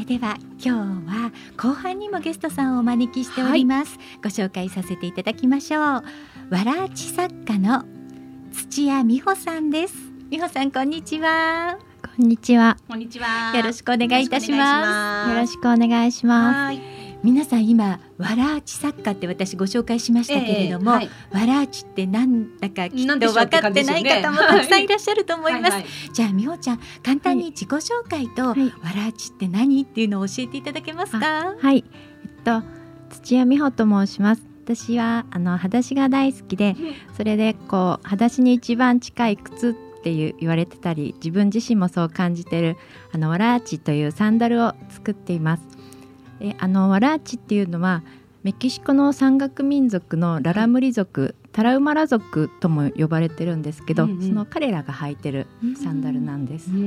れでは今日は後半にもゲストさんをお招きしております、はい、ご紹介させていただきましょう。わらあち作家の土屋美穂さんです。美穂さん、こんにちは。 こんにちは。 こんにちは。 よろしくお願いいたします。 よろしくお願いします。 皆さん今わらあち作家って私ご紹介しましたけれども、えーはい、わらあちってなんだかきっと分かってない方もたくさんいらっしゃると思います、はい、じゃあ美穂ちゃん、簡単に自己紹介と、はい、わらあちって何っていうのを教えていただけますか？ はい、えっと土屋美穂と申します。私はあの裸足が大好きで、それでこう裸足に一番近い靴っていう言われてたり、自分自身もそう感じているあのわらあちというサンダルを作っています。えあのわらあちっていうのはメキシコの山岳民族のララムリ族、タラウマラ族とも呼ばれてるんですけど、うんうん、その彼らが履いてるサンダルなんです。うんうん、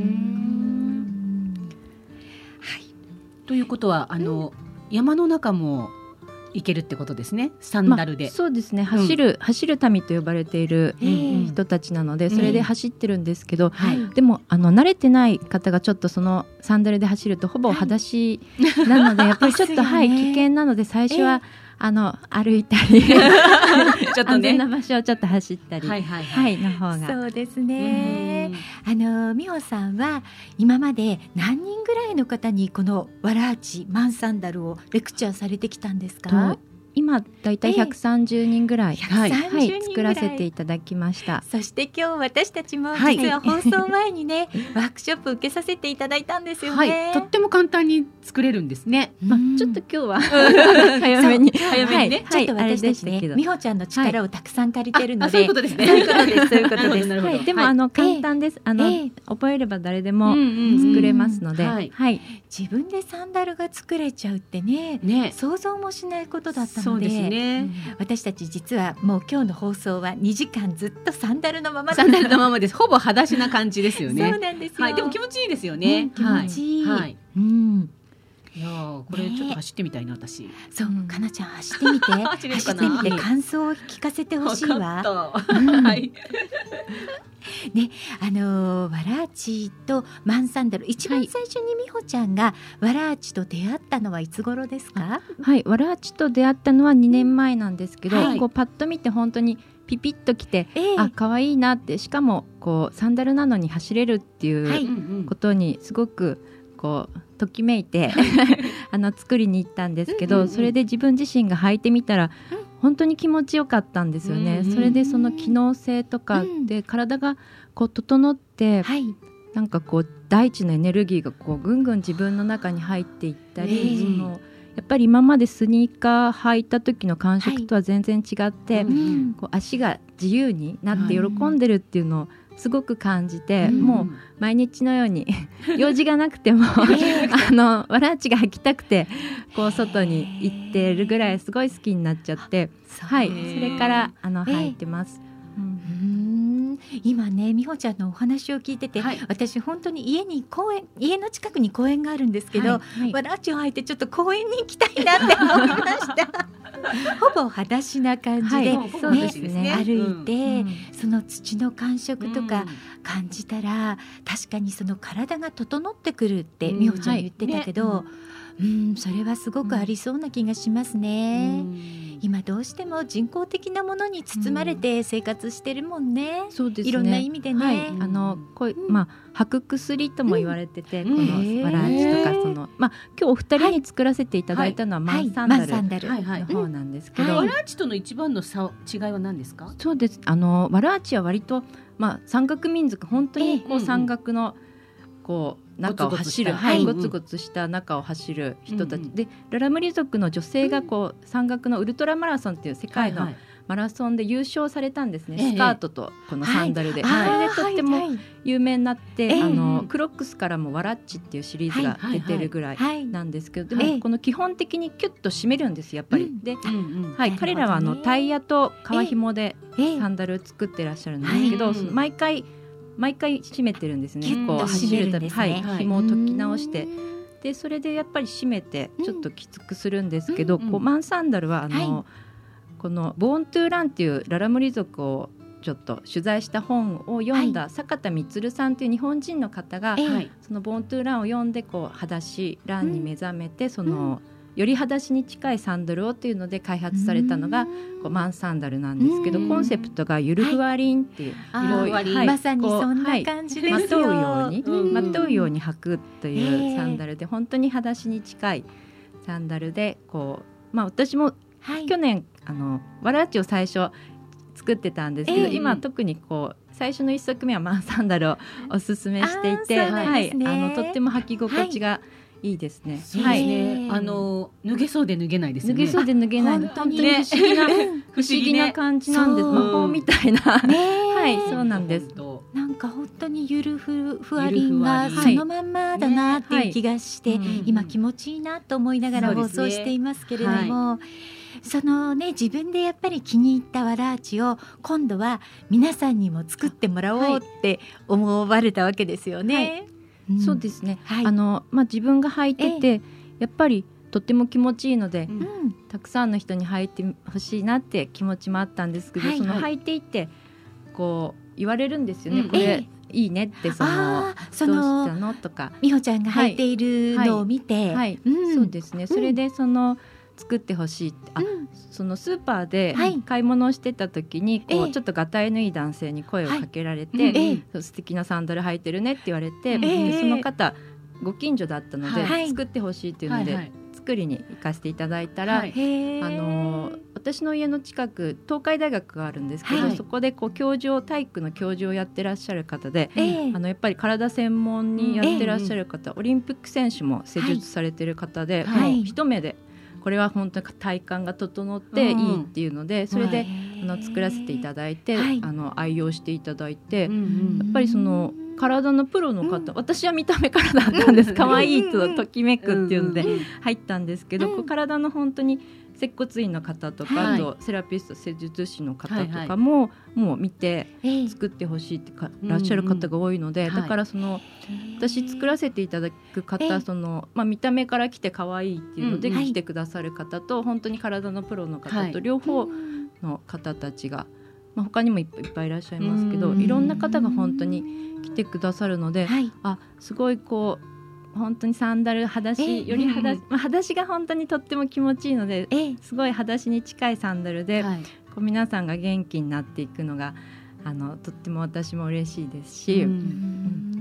はい、ということはあの、うん、山の中も行けるってことですね、サンダルで、まあ、 そうですね、走る、うん、走る民と呼ばれている人たちなので、それで走ってるんですけど、はい、でもあの慣れてない方がちょっとそのサンダルで走るとほぼ裸足なので、はい、やっぱりちょっと、はい、危険なので最初はあの歩いたりちょっと、ね、安全な場所をちょっと走ったり、はいはいはい、の方が。 そうですね。あの美穂さんは今まで何人ぐらいの方にこのわらあちマンサンダルをレクチャーされてきたんですか？ 今だいたいひゃくさんじゅうにんぐらい、えーはいはい、作らせていただきました。 そして今日私たちも実は放送前にね、はい、ワークショップ受けさせていただいたんですよね、 はい、とっても簡単に作れるんですね、 まあ、ちょっと今日は早めに早めにね、はい、ちょっと私たちね美穂ちゃんの力をたくさん借りてるので、 はい、そういうことですねそういうことですそういうことですはい、でも、はい、あの簡単です、あの、えー、覚えれば誰でも作れますので、うんうんはいはい、 自分でサンダルが作れちゃうってね、ね、想像もしないことだったので、 そうですね、 私たち実はもう今日の放送はにじかんずっとサンダルのままサンダルのままです。ほぼ裸足な感じですよね。 そうなんですよ、 はい、でも気持ちいいですよね、うん、 気持ちいい、はいはい、うん、 いやこれちょっと走ってみたいな、ね、私。 そう、かなちゃん走ってみて走ってみて感想を聞かせてほしいわ。 うん、はいね、あのー、わらあちとマンサンダル、一番最初に美穂ちゃんがわらあちと出会ったのはいつ頃ですか？ はい、わらあちと出会ったのはにねんまえなんですけど、はい、こうパッと見て本当にピピッときて、えー、あ可愛いなって、しかもこうサンダルなのに走れるっていうことにすごくこうときめいてあの作りに行ったんですけど、うんうんうん、それで自分自身が履いてみたら、うん、本当に気持ちよかったんですよね、うんうん、それでその機能性とかで体がこう整って、うん、なんかこう大地のエネルギーがこうぐんぐん自分の中に入っていったり、そのやっぱり今までスニーカー履いた時の感触とは全然違って、はい、うん、こう足が自由になって喜んでるっていうのをすごく感じて、うん、もう毎日のように用事がなくてもあのわらあちが履きたくてこう外に行ってるぐらいすごい好きになっちゃって、はい、それからあの履いてます。うん、 今ね美穂ちゃんのお話を聞いてて、はい、私本当に家に公園家の近くに公園があるんですけど、はいはい、わらあちを履いてちょっと公園に行きたいなって思いましたほぼ裸足な感じで、はいそうですね、歩いて、うん、その土の感触とか感じたら、うん、確かにその体が整ってくるって美穂ちゃん言ってたけど、うんはいねうん、それはすごくありそうな気がしますね、うん、今どうしても人工的なものに包まれて生活してるもんね、うん、そうですね、いろんな意味でね、はい、 あのこう、まあ、履く薬とも言われてて、うん、このわらあちとかその、まあ、今日お二人に作らせていただいたのはマンサンダルの方なんですけど、 わらあちとの一番の差違いは何ですか？ そうです、あのわらあちは割と、まあ、山岳民族本当にこう山岳のこう中を走る、はい、ゴツゴツした中を走る人たち、うんうん、でララムリ族の女性がこう山岳のウルトラマラソンっていう世界のマラソンで優勝されたんですね、はいはい、スカートとこのサンダルで、はい、それでとっても有名になって、はい、あのクロックスからもワラッチっていうシリーズが出てるぐらいなんですけど、でもこの基本的にキュッと締めるんですやっぱり、うん、で、うんうんはい、彼らはあのタイヤと革紐でサンダル作ってらっしゃるんですけど、毎回毎回締めてるんですね。こう走るため、はい、紐を解き直して、でそれでやっぱり締めてちょっときつくするんですけど、うん、こうマンサンダルはあの、はい、このボーントゥーランっていうララムリ族をちょっと取材した本を読んだ坂田充さんという日本人の方が、はい、そのボーントゥーランを読んでこう裸足ランに目覚めて、うん、そのより裸足に近いサンダルをというので開発されたのがこうマンサンダルなんですけど、コンセプトがゆるふわりんっていう、 はいはいはい、まさにそんな感じですよ、 はい、まとうように、うん、まとうように履くというサンダルで、本当に裸足に近いサンダルでこう、まあ、私も去年、はい、あのわらあちを最初作ってたんですけど、えー、今特にこう最初の一足目はマンサンダルをおすすめしていて、はい、あのとっても履き心地がいいですね。 はい、ね、あの脱げそうで脱げないですよね。 脱げそうで脱げない。本当に不思議な、ね、不思議な感じなんです。魔法みたいな、ね、はい、そうなんです。 なんか本当にゆるふふわりんがそのまんまだなっていう気がして、ね、はい、今気持ちいいなと思いながら放送していますけれども、そのね、自分でやっぱり気に入ったわらあちを今度は皆さんにも作ってもらおうって思われたわけですよね。はい、 うん、そうですね、はい、あのまあ、自分が履いてて、えー、やっぱりとっても気持ちいいので、うん、たくさんの人に履いてほしいなって気持ちもあったんですけど、はい、その履いていてこう言われるんですよね、うん、これ、えーいいねって、そのそのどうしたのとか美穂ちゃんが履いているのを見て、はいはいうん、そうですね、それでその作ってほしい、あ、うん、そのスーパーで買い物をしてた時に、はい、こうちょっとがたいのいい男性に声をかけられて、はい、うん、素敵なサンダル履いてるねって言われて、えー、でその方ご近所だったので、はい、作ってほしいっていうので、はい、作りに行かせていただいたら、はい、あの私の家の近く東海大学があるんですけど、はい、そこでこう教授を体育の教授をやってらっしゃる方で、えー、あのやっぱり体専門にやってらっしゃる方、えー、オリンピック選手も施術されてる方で、はい、もう一目でこれは本当に体幹が整っていいっていうので、うん、それであの作らせていただいて、はい、あの愛用していただいて、うんうん、やっぱりその体のプロの方、うん、私は見た目からだったんです、可愛いとときめくっていうので入ったんですけど、うん、体の本当に接骨院の方とか、はい、あとセラピスト施術師の方とかも、はい、もう見て作ってほしいってからっしゃる方が多いので、うんうん、だからその、はい、私作らせていただく方、その、まあ、見た目から来て可愛いっていうので来てくださる方と、うん、本当に体のプロの方と両方の方たちが、まあ、他にもいっぱいいらっしゃいますけど、いろんな方が本当に来てくださるので、はい、あ、すごいこう本当にサンダル裸足より裸足、まあ、裸足が本当にとっても気持ちいいので、すごい裸足に近いサンダルで、はい、こう皆さんが元気になっていくのがあのとっても私も嬉しいですし、うん、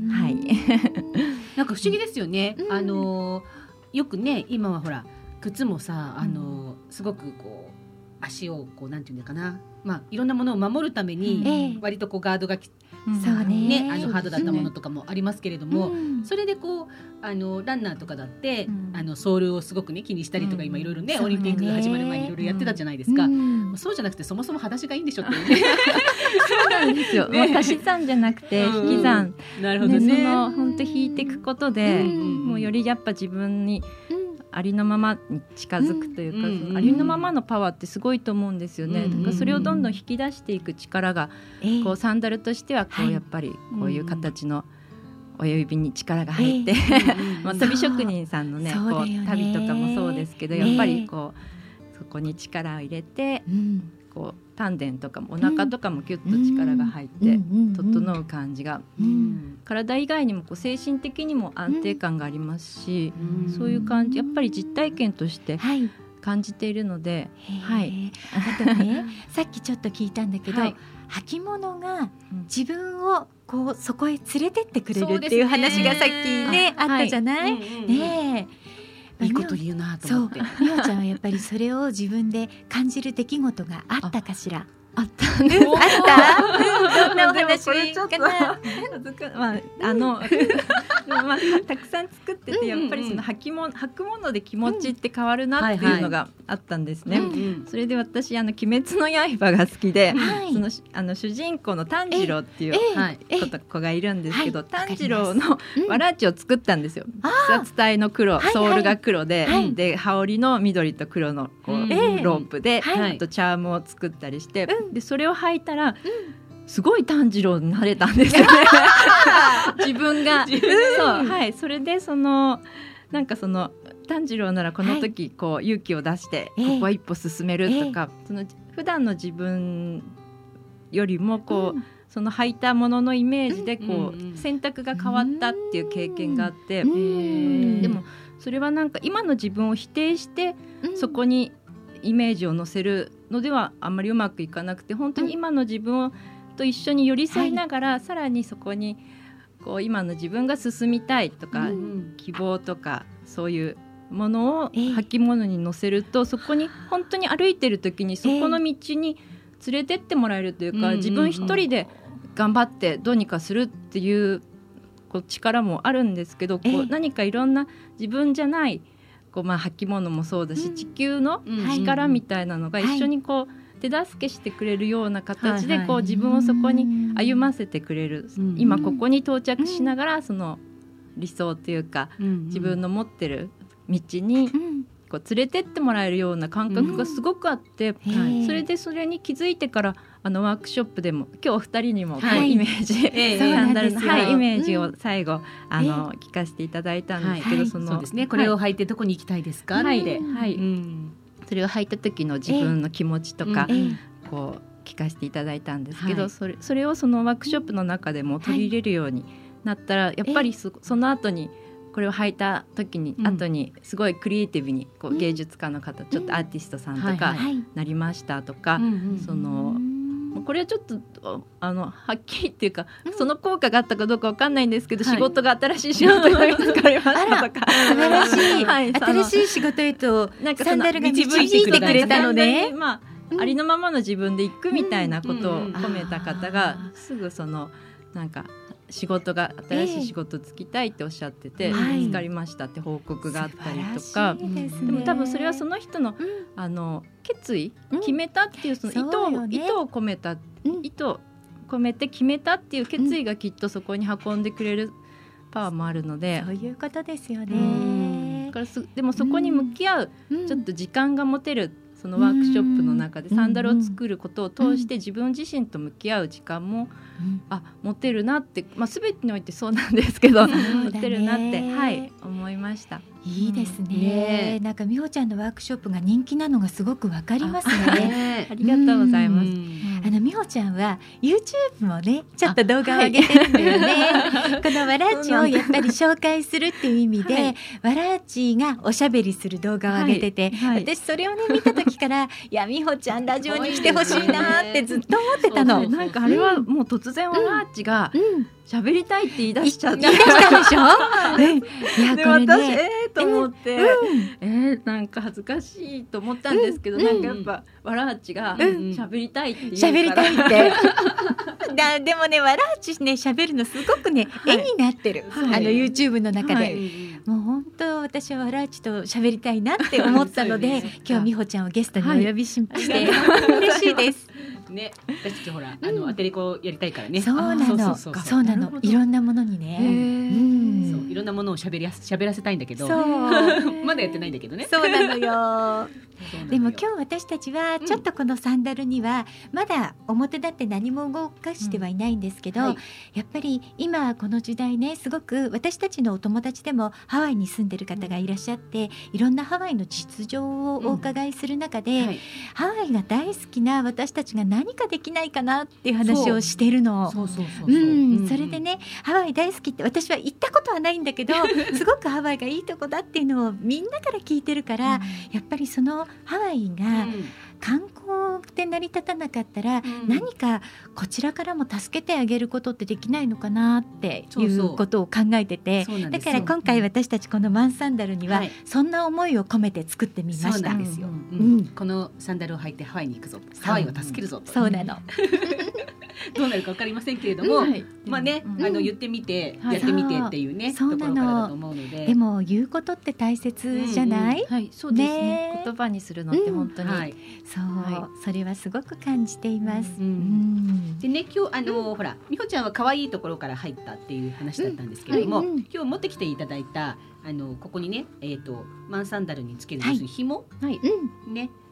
はい、 なんか不思議ですよね、うん、あのよくね今はほら靴もさあのすごくこう足をこうなんていうのかな、まあ、いろんなものを守るために割とこうガードがき、うん、そうね、あのハードだったものとかもありますけれども、うん、それでこうあのランナーとかだって、うん、あのソールをすごくね気にしたりとか、今いろいろね、オリンピックが始まる前にいろいろやってたじゃないですか、うん、そうじゃなくてそもそも裸足がいいんでしょっていうねそうなんですよ、ね、足し算じゃなくて引き算、 うん、なるほどね、 その本当引いていくことで、うん、もうよりやっぱ自分にありのままに近づくというか、うん、そのありのままのパワーってすごいと思うんですよね、うん、だからそれをどんどん引き出していく力が、うん、こうサンダルとしてはこうやっぱりこういう形の親指に力が入って、うんまあ、旅職人さんのね、こう旅とかもそうですけど、やっぱりこうそこに力を入れて、うん、こう丹田とかもお腹とかもキュッと力が入って整う感じが、うん、体以外にもこう精神的にも安定感がありますし、うん、そういう感じやっぱり実体験として感じているので、はい、 あとねさっきちょっと聞いたんだけど、はい、履物が自分をこうそこへ連れてってくれるっていう話がさっきね、あったじゃない、はい、ねえ、いいこと言うなと思って、 みおちゃんはやっぱりそれを自分で感じる出来事があったかしら。 あったんです。あったどんなお話かな。まああのまあたくさん作ってて、やっぱりその履き物履くもので気持ちって変わるなっていうのがあったんですね。それで私あの鬼滅の刃が好きで、そのあの主人公の炭治郎っていう子がいるんですけど、炭治郎のわらちを作ったんですよ。草伝いの黒、ソールが黒で、で羽織の緑と黒のこうロープで、あとチャームを作ったりして。でそれを履いたら、うん、すごい炭治郎になれたんですよね自分がそう、はい、それでそのなんかその炭治郎ならこの時こう、はい、勇気を出してここは一歩進めるとか、えー、その普段の自分よりもこう、うん、その履いたもののイメージでこう、うん、選択が変わったっていう経験があって、うん、でもそれはなんか今の自分を否定して、うん、そこにイメージを乗せるのではあんまりうまくいかなくて、本当に今の自分をと一緒に寄り添いながら、はい、さらにそこにこう今の自分が進みたいとか、うん、希望とかそういうものを履物に乗せると、えー、そこに本当に歩いてる時にそこの道に連れてってもらえるというか、えー、自分一人で頑張ってどうにかするっていうこう力もあるんですけど、こう何かいろんな自分じゃないこうまあ履物もそうだし、うん、地球の力みたいなのが一緒にこう手助けしてくれるような形でこう自分をそこに歩ませてくれる、今ここに到着しながらその理想というか自分の持ってる道にこう連れてってもらえるような感覚がすごくあって、それでそれに気づいてからあのワークショップでも今日お二人にもこうイメージ、サンダルのイメージを最後あの聞かせていただいたんですけど、そのそうですね、これを履いてどこに行きたいですかって、はいはい、うん、 それを履いた時の自分の気持ちとか、えー、こう聞かせていただいたんですけど、はい、それ、それをそのワークショップの中でも取り入れるようになったら、はい、やっぱり そ, その後にこれを履いた時に、うん、後にすごいクリエイティブにこう芸術家の方、うん、ちょっとアーティストさんとかなりましたとか、そのこれはちょっとあのはっきりっていうか、うん、その効果があったかどうかわかんないんですけど、はい、仕事が新しい仕事が見つかりましたとか素晴らしい、はい、新しい仕事へとサンダルが導いてくれたので、 まあうん、ありのままの自分で行くみたいなことを込めた方がすぐそのなんか仕事が新しい仕事つきたいっておっしゃってて、えー、見つかりましたって報告があったりとか、で, ね、でも多分それはその人の、うん、あの決意、うん、決めたっていうその意図を、ね、意図を込めた、うん、意図を込めて決めたっていう決意がきっとそこに運んでくれるパワーもあるので、 そういうことですよね。 だからすでもそこに向き合う、うん、ちょっと時間が持てるそのワークショップの中でサンダルを作ることを通して自分自身と向き合う時間も、うん、あ持てるなって、まあ、全てにおいてそうなんですけど、持てるなって、はい、思いました。 いいですね、うんね、なんか美穂ちゃんのワークショップが人気なのがすごくわかりますね。 ありがとうございます。 あの美穂ちゃんは YouTube もねちょっと動画を上げてるんだよね、はい、このわらちをやっぱり紹介するっていう意味で、はい、わらちがおしゃべりする動画を上げてて、はいはい、私それをね見た時からいや美穂ちゃんラジオに来てほしいなってずっと思ってたの。 そうそうそう、なんかあれはもう突然わらちが、うんうん喋りたいって言い出しちゃって言い出したでしょいやでこれ、ね、私えーと思って、うん、えー、なんか恥ずかしいと思ったんですけど、うん、なんかやっぱわらはちが喋りたいって言うから喋りたいってだでもねわらはちね喋るのすごくね、はい、絵になってる、はい、あの YouTube の中で、はい、もう本当私はわらはちと喋りたいなって思ったので今日美穂ちゃんをゲストにお呼びしまして、はい、嬉しいですね、私たちほら、うん、あのアテレコやりたいからね。 そうなの、そうそうなの、いろんなものにね、うん、 そういろんなものを喋り喋らせたいんだけど、まだやってないんだけどね。 そうなのよ。でも今日私たちはちょっとこのサンダルにはまだ表立って何も動かしてはいないんですけど、うんはい、やっぱり今この時代ねすごく私たちのお友達でもハワイに住んでる方がいらっしゃっていろんなハワイの実情をお伺いする中で、うんはい、ハワイが大好きな私たちが何かできないかなっていう話をしてるの。 そうそうそうそう、うんうん、それでねハワイ大好きって私は行ったことはないんだけどすごくハワイがいいとこだっていうのをみんなから聞いてるから、うん、やっぱりそのハワイが観光で成り立たなかったら、うん、何かこちらからも助けてあげることってできないのかなっていうことを考えてて、そうそうだから今回私たちこのマンサンダルにはそんな思いを込めて作ってみました。 そうなんですよ、うんうん、このサンダルを履いてハワイに行くぞ、ハワイを助けるぞと、 そうなのどうなるか分かりませんけれども、はい、まあね、うん、あの言ってみて、うん、やってみてっていうね、ところからだと思うので、 でも言うことって大切じゃない、 うんうん、はい、そうですね、ね、言葉にするのって本当に、うんはい、 そう、はい、それはすごく感じています、うんうん、でね今日あの、うん、ほら美穂ちゃんは可愛いところから入ったっていう話だったんですけれども、うんはいうん、今日持ってきていただいたあのここにね、えーと、マンサンダルにつける紐、はい、ね、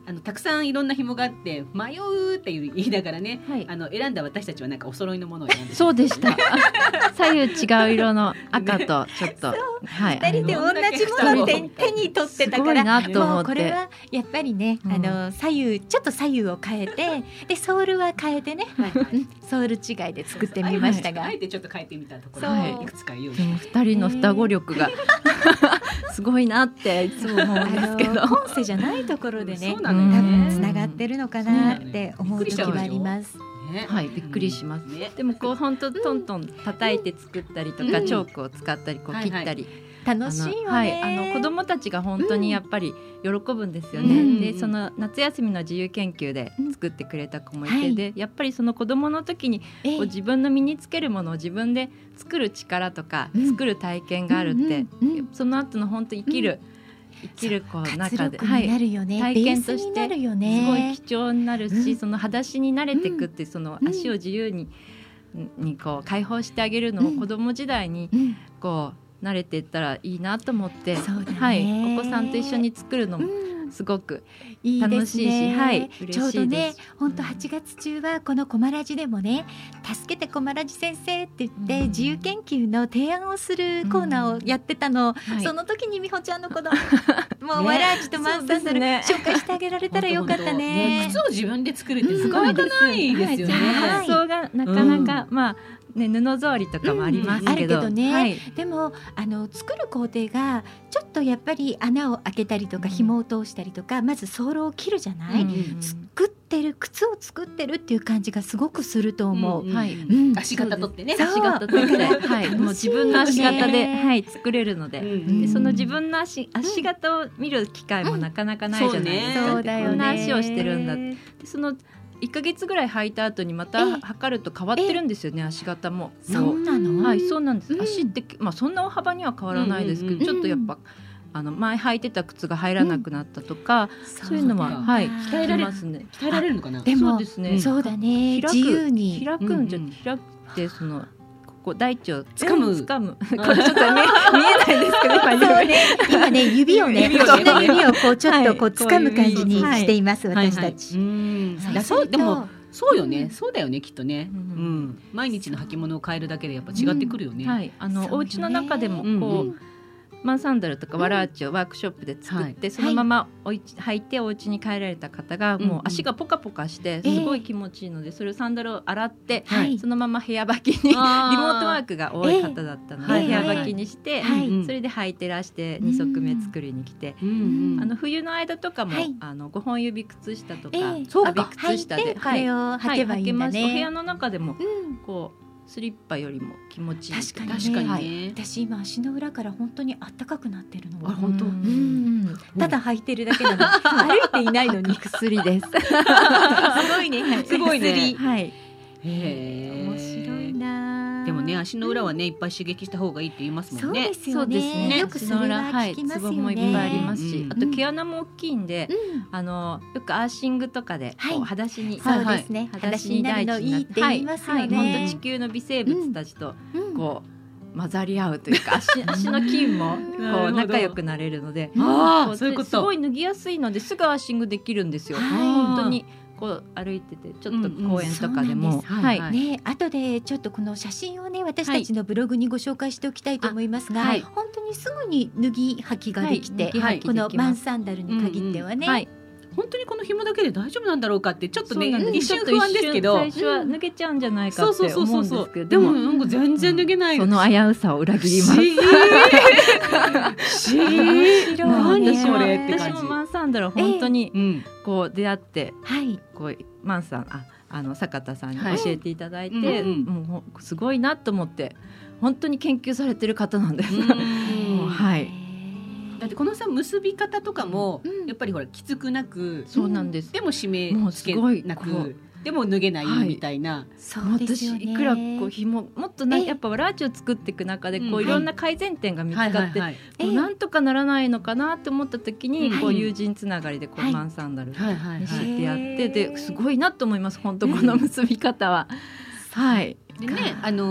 あのたくさんいろんな紐があって迷うっていう言いながらね、 はい、 あの選んだ私たちはなんかお揃いのものを選んでそうでした左右違う色の赤とちょっと、ねはい、 ふたりで同じものを手に取ってたからなと思ってもうこれはやっぱりね、うん、あの左右ちょっと左右を変えてでソールは変えてね、はいはい、ソール違いで作ってみましたがあえてちょっと変えてみたところ、 はい、 いくつか用意でもふたりの双子力がすごいなっていつも思うんですけど今世じゃないところでね、 そうなのよね、 つながってるのかなって思う時はあります。 ね、はい、びっくりします、ね、でもこう本当トントン叩いて作ったりとか、うん、チョークを使ったりこう切ったり、はいはい、楽しいよね。 はい、あの子どもたちが本当にやっぱり喜ぶんですよね、うん、でその夏休みの自由研究で作ってくれた子もいて、うん、でやっぱりその子どもの時にこう自分の身につけるものを自分で作る力とか、うん、作る体験があるって、うんうんうん、その後の本当生きる、うん生きるこう中で、 はい、体験としてすごい貴重になるし、うん、その裸足に慣れていくって、うん、その足を自由に、うん、にこう解放してあげるのを子ども時代にこう慣れていったらいいなと思って、 うんはい、お子さんと一緒に作るのもすごく楽しいし、いいね、はい、嬉しいです。 ちょうどね、本当はちがつ中はこのコマラジでもね、助けてコマラジ先生って言って、うん、自由研究の提案をするコーナーをやってたの、うんはい、その時に美穂ちゃんの子供もうわらじとマンサンダル、ね、紹介してあげられたらよかった ね, ね靴を自分で作るってすごいないですよね、 うん、発想がなかなか、うん、まあね、布ぞうりとかもありますけど、 うん、あるけどね、 はい、 でもあの作る工程がちょっとやっぱり穴を開けたりとか、うん、紐を通したりとか、まずソールを切るじゃない、うん、作ってる靴を作ってるっていう感じがすごくすると思う、 うんはいうん、足型取ってね、 足型取って、はい、もう自分の足型で、はい、作れるので、うん、でその自分の 足, 足型を見る機会もなかなかないじゃないですか、 うん、そうだよね、 こんな足をしてるんだって。でそのいっかげつぐらい履いた後にまた測ると変わってるんですよね、足型も。 そうなの？ はい、そうなんです、うん、足って、まあ、そんな大幅には変わらないですけど、うんうんうん、ちょっとやっぱあの前履いてた靴が入らなくなったとか、うん、そういうのは、はい、 鍛えられますね。鍛えられるのかな。 でもそうですね、 そうだね、自由に開くんじゃ、うんうん、開くってそのこう大地を掴む掴むこれちょっと、ね、見えないですけど今ね、今ね指をね足の指をこうちょっとこう掴む感じにしています、はい、私たち、はいはい、 うんそうでもそうよね、うん、そうだよねきっとね、うんうん、毎日の履物を変えるだけでやっぱ違ってくるよね、 うんはい、あのお家の中でもこう、うんうんマンサンダルとかワラーチをワークショップで作って、うん、そのままおい履いてお家に帰られた方がもう足がポカポカしてすごい気持ちいいので、それをサンダルを洗って、えー、そのまま部屋履きにリモートワークが多い方だったので、えー、部屋履きにして、はい、それで履いてらしてに足目作りに来て、うん、あの冬の間とかも、はい、あのごほん指靴下とか、えー、アビ靴下でこれを履けばいいんだね、 はい、お部屋の中でもこうスリッパよりも気持ちいい。 確かにね、 確かにね、 はい、私今足の裏から本当にあったかくなってるの。 あ、本当。 うん、ただ履いてるだけなの歩いていないのに薬ですすごいね、 すごいね、 はい、 へー、面白いな。 でもね、足の裏はねいっぱい刺激した方がいいって言いますもんね。 そうですよね、 そうですね、 よくそれは聞きますよね、 はい、ツボもいっぱいありますし、 うん、 あと毛穴も大きいんで、うん、あのよくアーシングとかでこう、はい、裸足に、 そうですね、裸足になるのいいって言いますよね、 はいはい、本当地球の微生物たちとこう、混ざり合うというか 足, 足の筋もこう仲良くなれるので、 あー、そういうこと、 すごい脱ぎやすいのですぐアーシングできるんですよ、はい、本当にこう歩いててちょっと公園とかでも、うんうん、 はいはい、ね、後でちょっとこの写真をね私たちのブログにご紹介しておきたいと思いますが、はい、本当にすぐに脱ぎ履きができて、はい、このマンサンダルに限ってはね、うんうん、はい、 本当にこの紐だけで大丈夫なんだろうかってちょっとね一瞬不安ですけど、 最初は脱げちゃうんじゃないかって思うんですけど、 でもなんか全然脱げない、 うん、その危うさを裏切りますしーなんでしょうねって感じ。 私もマンサンダル本当にこう出会って、 はい、 こうマンさんああの坂田さんに教えていただいて、 はい、うんうん、 もうすごいなと思って本当に研究されてる方なんですはい。 だってこのさ結び方とかも、うん、やっぱりほらきつくなく、 そうなんです、 でも締めつけなくでも脱げないみたいな、はい、 そうですよね。 私いくらこう紐もっとなやっぱワラーチを作っていく中でこういろんな改善点が見つかって、もうなんとかならないのかなって思った時に、こう友人つながりでこうマンサンダルにしてやってですごいなと思います本当この結び方は、はい。 でね、あの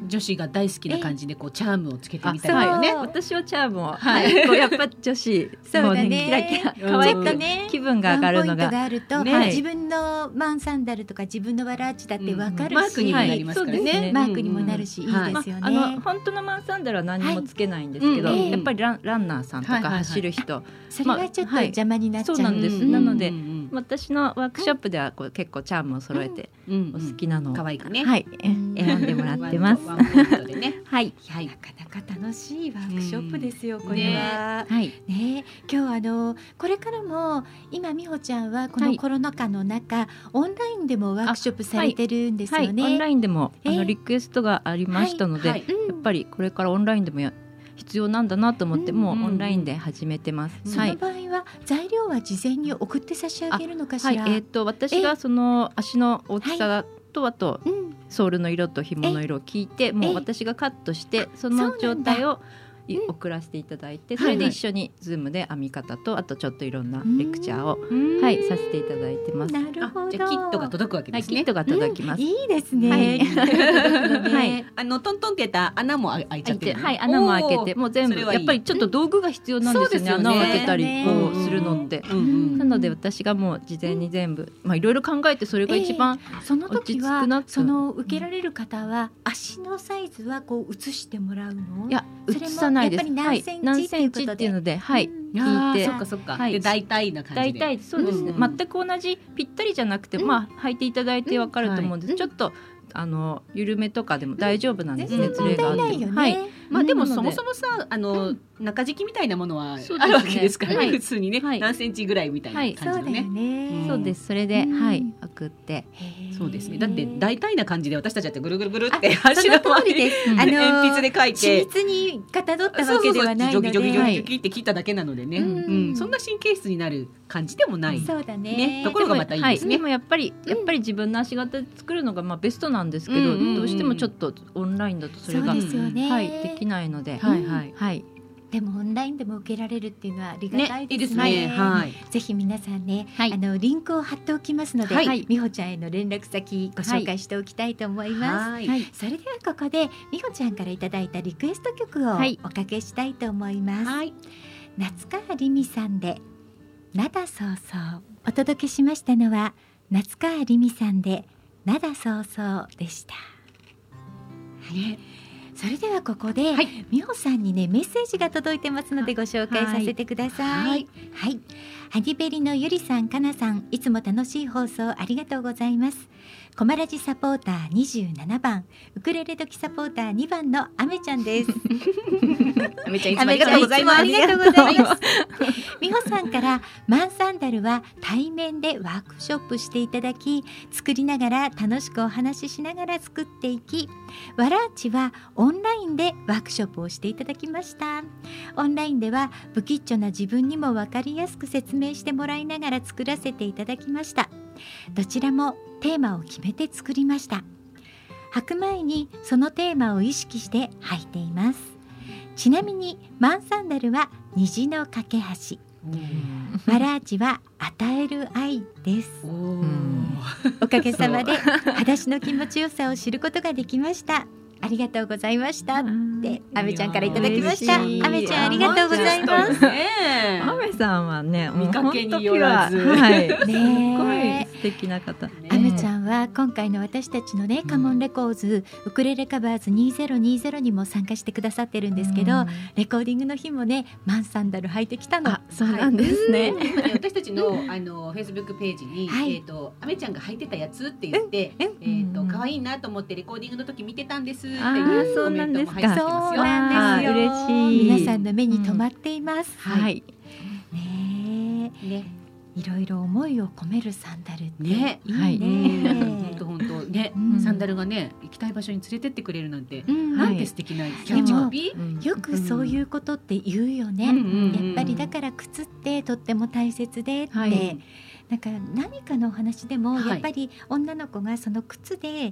女子が大好きな感じでこうチャームをつけてみたりとかね。 私はチャームを、はい、こうやっぱ女子そうだね、 キラキラ可愛くね気分が上がるのが、 ワンポイントがあると、ね、自分のマンサンダルとか自分のワラーチだって分かるし、うん、 マークにもなりますからね、はい、 マークにもなるし、うんうん、いいですよね、 まあ、あの本当のマンサンダルは何もつけないんですけど、はい、やっぱりラン、ランナーさんとか走る人、はいはいはい、 それはちょっと邪魔になっちゃう、 そうなんです、 うん、 なので、うん、私のワークショップではこう結構チャームを揃えて、うん、お好きなのを可愛くね、 はい、選んでもらってます。 ワンポイントでねはい、 はい、なかなか楽しいワークショップですよ、うん、これは、 ね、はいね、今日あのこれからも今美穂ちゃんはこのコロナ禍の中、はい、オンラインでもワークショップされてるんですよね、 はいはい、オンラインでもあのリクエストがありましたので、はいはい、やっぱりこれからオンラインでもや必要なんだなと思って、うん、もうオンラインで始めてます、 うんうん、はい、その場合は材料は事前に送って差し上げるのかしら。 はい、えー、と私がその足の大きさと、はい、あと、うん、ソールの色と紐の色を聞いて、もう私がカットしてその状態を送らせていただいて、それで一緒にズームで編み方とあとちょっといろんなレクチャーを、はい、させていただいてます。 なるほど。 じゃあキットが届くわけですね。 はい、キットが届きます、 うん、いいですね、 はいはい、あのトントンってやった穴も開いちゃってる、ね、 はい、穴も開けてもう全部やっぱりちょっと道具が必要なんですよね、うん、穴を開けたりこうするのって、うんうん、なので私がもう事前に全部、まあ、いろいろ考えてそれが一番落ち着くなって、 その受けられる方は足のサイズはこう写してもらうの？ いや写さないです。何センチっていうので、はい、聞いて、 そっかそっか、はい、で大体な感じで、 大体そうですね、うん、全く同じぴったりじゃなくて、うん、まあ履いていただいてわかると思うんです、うん、はい、ちょっとあの緩めとかでも大丈夫なんですね、 うん、ズレがあって、 はい、 まあでもそもそもさ、あの、うん、中敷きみたいなものはあるわけですから、ね、はい、普通にね、はい、何センチぐらいみたいな感じのね、はい、そうだよね、 うん、そうです。それで、うん、はい送って、 そうですね。だって大体な感じで私たちだってぐるぐるぐるって足の周りで鉛筆で書いて、 緻密にかたどったわけではないので、 ジョギジョギジョギジョギって切っただけなのでね、うんうん、そんな神経質になる感じでもない、 そうだね、 ね、ところがまたいいですね。 はい、でもやっぱりやっぱり自分の足型で作るのがまあベストなんですけど、うんうんうん、どうしてもちょっとオンラインだとそれがそうですよね、 はい、できないので、 はいはいはい、 でもオンラインでも受けられるっていうのはありがたいですね。 ね、いいですね、はい、 ぜひ皆さんね、 はい、 あのリンクを貼っておきますので、はい、美穂ちゃんへの連絡先ご紹介しておきたいと思います。はいはい、それではここで美穂ちゃんからいただいたリクエスト曲をおかけしたいと思います。はい、夏川りみさんで灘そうそう。お届けしましたのは夏川りみさんで灘そうそうでした。はい、それではここで、はい、美穂さんにねメッセージが届いてますのでご紹介させてください。はい、はいはい、ハニベリのゆりさん、かなさん、いつも楽しい放送ありがとうございます。コマラジサポーターにじゅうななばん、ウクレレ時サポーターにばんのあめちゃんです。 あめちゃんいつもありがとうございます。 ありがとうございます。美穂さんからマンサンダルは対面でワークショップしていただき、作りながら楽しくお話ししながら作っていき、ワラーチはオンラインでワークショップをしていただきました。オンラインでは不吉祥な自分にも分かりやすく説明してもらいながら作らせていただきました。どちらもテーマを決めて作りました。履く前にそのテーマを意識して履いています。ちなみにマンサンダルは虹の架け橋、ワラーチは与える愛です。 お, おかげさまで裸足の気持ちよさを知ることができました。ありがとうございましたってあめちゃんからいただきました。あめちゃんありがとうございます。 あめさんはね、 見かけによらず、 はい、ね、すごい素敵な方。 あめちゃんは今回の私たちのね、カモンレコーズウクレレカバーズにせんにじゅうにも参加してくださってるんですけど、レコーディングの日もねマンサンダル履いてきたの。 あ、そうなんですね。 はい、今ね私たちのあのフェイスブックページに、はい、えっ、ー、とあめちゃんが履いてたやつって言って、えっ、ー、と可愛いなと思ってレコーディングの時見てたんですっていうコメントも入ってますよ。 そうなんですよ。 嬉しい。 皆さんの目に留まっています。 うん、はい。 ねえ。ね。いろいろ思いを込めるサンダルってね、 いいね。 本当本当ね、うん、サンダルがね行きたい場所に連れてってくれるなんて、うん、なんて素敵なキャッチコピー、 うん、よくそういうことって言うよね、うん、やっぱりだから靴ってとっても大切でって、はい、なんか何かのお話でも、はい、やっぱり女の子がその靴で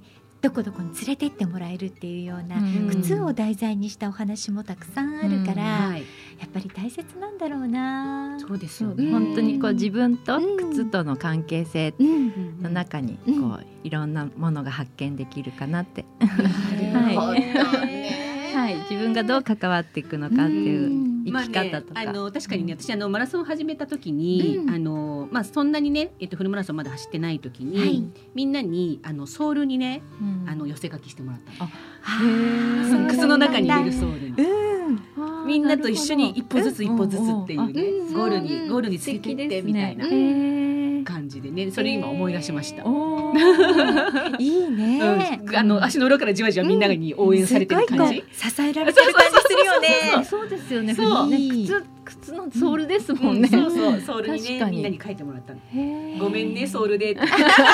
どこどこに連れてってもらえるっていうような、うん、靴を題材にしたお話もたくさんあるから、うんはい、やっぱり大切なんだろうな。 そうですよね。 本当にこう自分と靴との関係性の中にこう、うん、いろんなものが発見できるかなって、うんはいはい、自分がどう関わっていくのかっていう生き方とか、 まあね、あの確かにね、私あのマラソンを始めた時に、うんあのまあ、そんなにね、えっと、フルマラソンまだ走ってない時に、はい、みんなにあのソールにね、うん、あの寄せ書きしてもらったの。あその靴の中に入れるソールに、うん、みんなと一緒に一歩ずつ一歩ずつっていうね、うん、ゴールにゴールにつけてってみたいな感じでね、それ今思い出しました。 いいね、 うん、あの足の裏からじわじわみんなに応援されてる感じ、うん、 支えられてる感じするよね。 そうですよね。そうね、靴靴のソールですもんね。 うん、そうそうソールにねみんなに書いてもらったの。ごめんねソールで。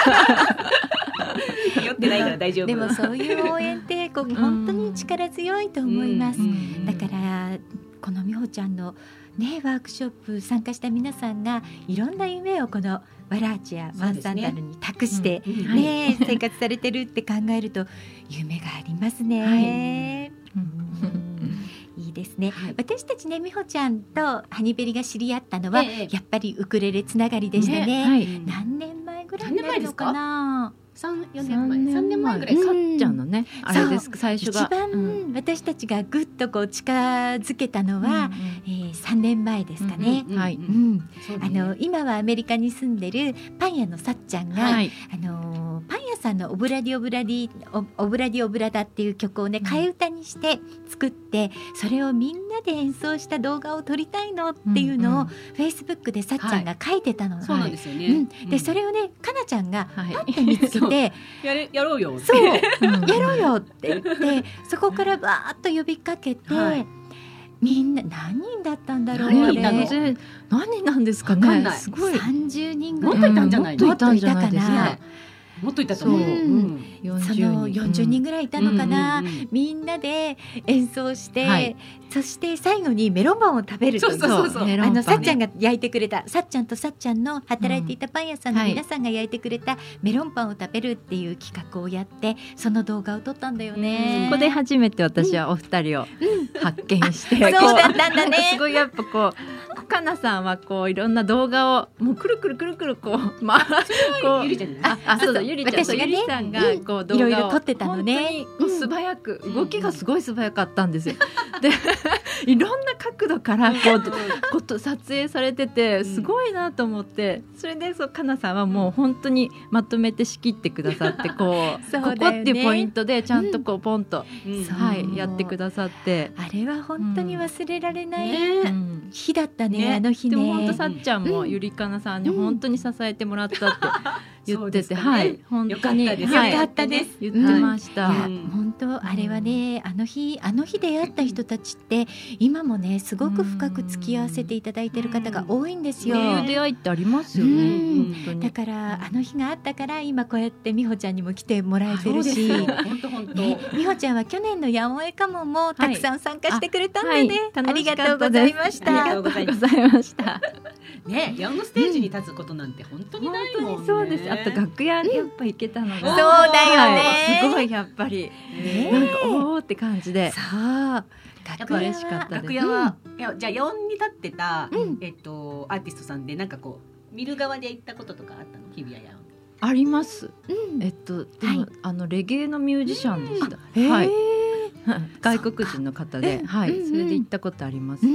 酔ってないから大丈夫。 でもそういう応援ってこう本当に力強いと思います。だからこの美穂ちゃんのねワークショップ参加した皆さんがいろんな夢をこのワラーチやワンサンダルに託してね、うんねはい、生活されてるって考えると夢がありますね。はいうん、いいですね。はい、私たちね美穂ちゃんとハニベリが知り合ったのは、ええ、やっぱりウクレレつながりでしたね。ねはい、何年前ぐらいになるのかな。 さん、よねんまえ、さんねんまえぐらいか、 うん、っちゃんのね、あれです最初が一番、うん、私たちがぐっとこう近づけたのは、うんうんえー、さんねんまえですかね。あの今はアメリカに住んでるパン屋のさっちゃんが、はい、あのパン屋さんのオブラディオブラディオブラディオブラダっていう曲をね替え歌にして作って、それをみんなで演奏した動画を撮りたいのっていうのを、うんうん、フェイスブックでさっちゃんが書いてたの、はい、 そうなんですよね、 うん、でそれをねかなちゃんがパッて見つけて、でやれやろうよってそう、うん、やろうよって言ってそこからバーッと呼びかけて、はい、みんな何人だったんだろう。 何人なの？何人なんですかね。 すごいさんじゅうにんぐらいもっといたんじゃないの？ もっといたかな。 もっといたと思う。うんうん、そのよんじゅうにんぐらいいたのかな、うんうんうん、みんなで演奏して、はい、そして最後にメロンパンを食べるという、 そうそうそう、 あのさっちゃんが焼いてくれた、さっちゃんとさっちゃんの働いていたパン屋さんの皆さんが焼いてくれたメロンパンを食べるっていう企画をやって、その動画を撮ったんだよね。 そこで初めて私はお二人を発見して、 うんうん、そうだったんだね。 すごいやっぱこうかなさんはこういろんな動画をもうくるくるくるくるこうまあこうゆりちゃんああそうだゆりちゃんとゆりさんがこう動画をいろいろ撮ってたのね。 本当に素早く、うん、動きがすごい素早かったんですよ。でいろんな角度からこうこと撮影されててすごいなと思って、それでそうかなさんはもう本当にまとめて仕切ってくださってこう、 ここっていうポイントでちゃんとこうポンと、うんはい、やってくださって、 あれは本当に忘れられない、うん、日だったね、ねあの日ね。 でも本当さっちゃんもゆりかなさんに本当に支えてもらったって言ってて、うん、はい本当によかったです、 はい、よかったです言ってました、 うん、本当あれはね、あの日あの日出会った人たちって今もねすごく深く付き合わせていただいている方が多いんですよ。 そういう出会いってありますよね、うん、 本当に。だからあの日があったから今こうやって美穂ちゃんにも来てもらえてるし、 本当本当、 ね、美穂ちゃんは去年のやおえかももたくさん参加してくれたんでね、はい、ありがとうございました。 ありがとうございましたね、ヤングステージに立つことなんて本当にないもんね、うん、本当にそうです。あと楽屋にやっぱ行けたのが、うん、 そうだよね、 すごいやっぱり、ね、なんかおーって感じで、 そう楽屋嬉しかったです。 楽屋は、うん、いやじゃあよんに立ってた、うんえっと、アーティストさんでなんかこう見る側で行ったこととかあったの？日比谷やあります、うん、えっとでも、はい、あのレゲエのミュージシャンでした、うんはい、外国人の方で、はい、それで行ったことあります、うん、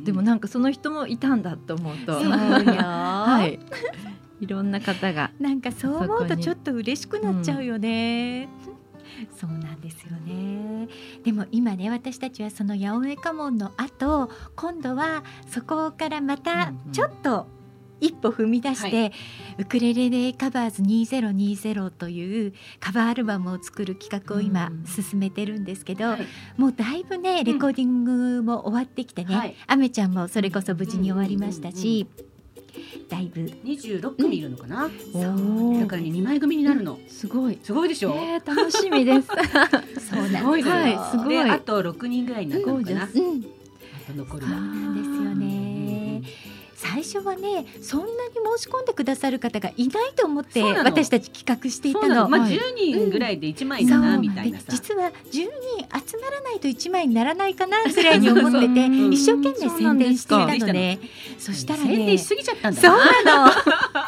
でもなんかその人もいたんだと思うと、 そうよはい、いろんな方がなんかそう思うとちょっと嬉しくなっちゃうよね、うん、そうなんですよね。でも今ね私たちはその八百屋家紋の後今度はそこからまたちょっと一歩踏み出して、はい、ウクレレでカバーズにせんにじゅうというカバーアルバムを作る企画を今進めてるんですけど、うんはい、もうだいぶねレコーディングも終わってきてね、はい、アメちゃんもそれこそ無事に終わりましたし、だいぶにじゅうろっくみいるのかな、うん、 そうだから、ね、にまい組になるの、 うん、すごいすごいでしょ、 えー、楽しみですそうなんですごい、 はい、すごい。 であとろくにんぐらいになるのかな、 うん、 あと残るはそうなんですよね、うん、さ最初はねそんなに申し込んでくださる方がいないと思って私たち企画していたの。 のまあ、じゅうにんぐらいでいちまいだな、うん、みたいなさ。 実はじゅうにん集まらないといちまいにならないかなぐらいに思ってて一生懸命宣伝していたのね。そしたらね宣伝しすぎちゃったんだそうなの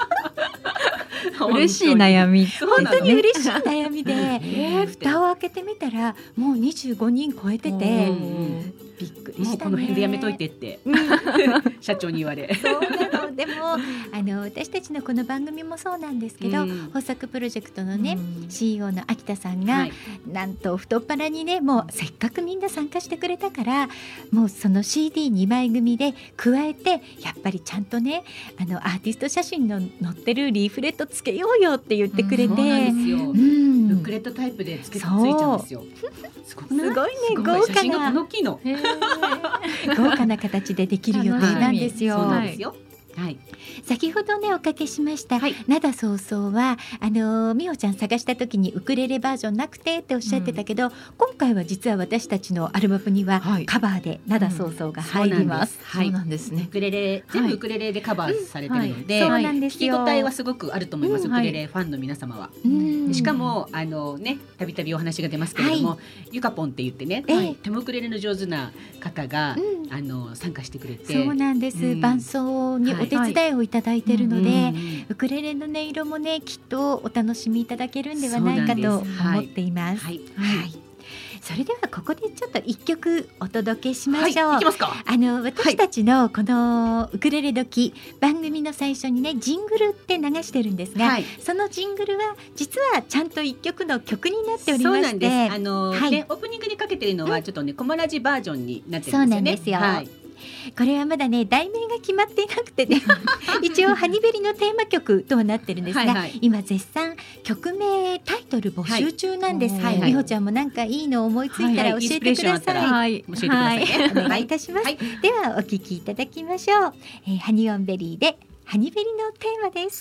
嬉しい悩み、 本当に嬉しい悩みで、えー、蓋を開けてみたらもうにじゅうごにん超えててびっくりしたね。もうこの辺でやめといてって社長に言われ。 そうなの。でもあの私たちのこの番組もそうなんですけど、うん、豊作プロジェクトのね、うん、シーイーオー の秋田さんが、はい、なんと太っ腹にねもうせっかくみんな参加してくれたからもうその シーディーに 枚組で加えてやっぱりちゃんとねあのアーティスト写真の載ってるリーフレットつけようよって言ってくれて、うん、そうなんですよ、 うん、ブックレットタイプでつけついちゃうんですよ。 すごくない？すごいね、豪華な写真がこの大きいの豪華な形でできる予定なんですよ。 そうなんですよ。はい、 先ほどねおかけしました、はい、灘そうそうはあの美穂ちゃん探した時にウクレレバージョンなくてっておっしゃってたけど、うん、今回は実は私たちのアルバムにはカバーで灘そうそうが入ります。 そうなんですね。 ウクレレ全部ウクレレでカバーされてるので、はい、聞き応えはすごくあると思います、うん、ウクレレファンの皆様は、うん、しかもあのねたびたびお話が出ますけれども、はい、ゆかぽんって言ってね、はい、手もウクレレの上手な方が、うん、あの参加してくれて、 そうなんです、うん、伴奏にお手伝いをいただいているので、はい、ウクレレの音色もねきっとお楽しみいただけるんではないかと思っています。はいはいはい、それではここでちょっと一曲お届けしましょう。 はい、いきますか。 あの私たちのこのウクレレ時、番組の最初にねジングルって流してるんですが、はい、そのジングルは実はちゃんと一曲の曲になっておりまして、そうなんです。 あの、はいね、オープニングにかけてるのはちょっとねコマラジバージョンになってるんですよね。そうなんですよ。はい、 これはまだね題名が決まっていなくてね一応ハニベリのテーマ曲とはなってるんですが、はいはい、今絶賛曲名タイトル募集中なんです。はい、美穂ちゃんもなんかいいの思いついたら教えてください。 はい、教えてくださいね、はい、 お願いいたします。はい、ではお聞きいただきましょう。えー、ハニオンベリーでハニベリのテーマです。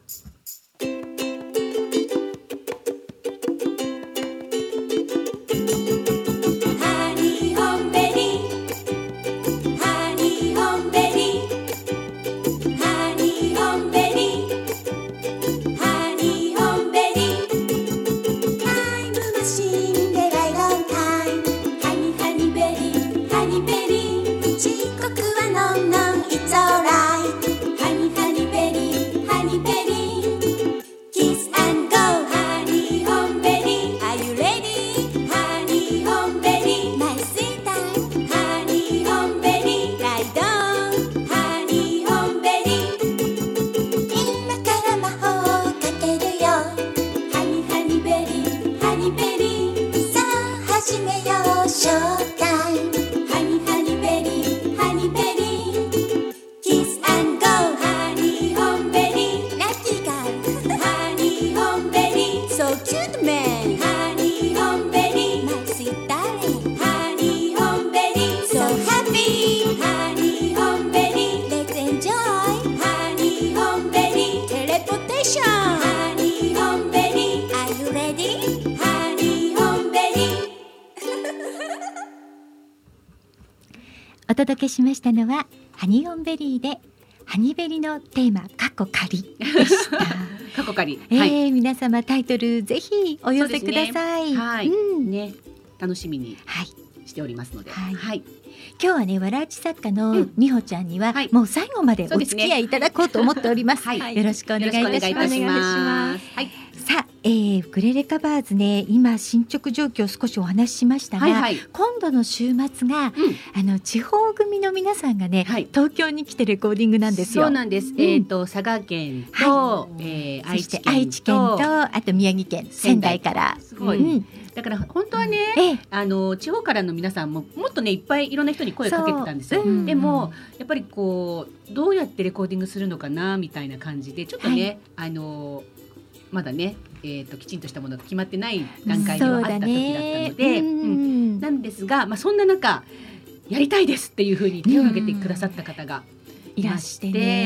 お届けしましたのはハニオンベリーでハニベリのテーマカッコ仮でしたカッコ仮、 えーはい、皆様タイトルぜひお寄せください。 ね、はい、うんね、楽しみにしておりますので、はいはい、 今日はねわらうち作家の美穂ちゃんには、うんはい、もう最後までお付き合いいただこうと思っております。はい、よろしくお願いいたします。はい、さあ、えー、ウクレレカバーズね今進捗状況を少しお話ししましたが、はいはい、今度の週末が、うん、あの地方組の皆さんがね、はい、東京に来てレコーディングなんですよ。 そうなんです、うん、えー、と佐賀県と、はい、えー、愛知県と愛知県とあと宮城県仙台からすごい、うん、だから本当はね、うん、あの地方からの皆さんももっとねいっぱいいろんな人に声をかけてたんですよ、うん、でもやっぱりこうどうやってレコーディングするのかなみたいな感じでちょっとね、はい、あのまだね、えー、ときちんとしたものが決まってない段階ではあった時だったので、うんうん、なんですが、まあ、そんな中やりたいですっていうふうに手を挙げてくださった方がいらしてね、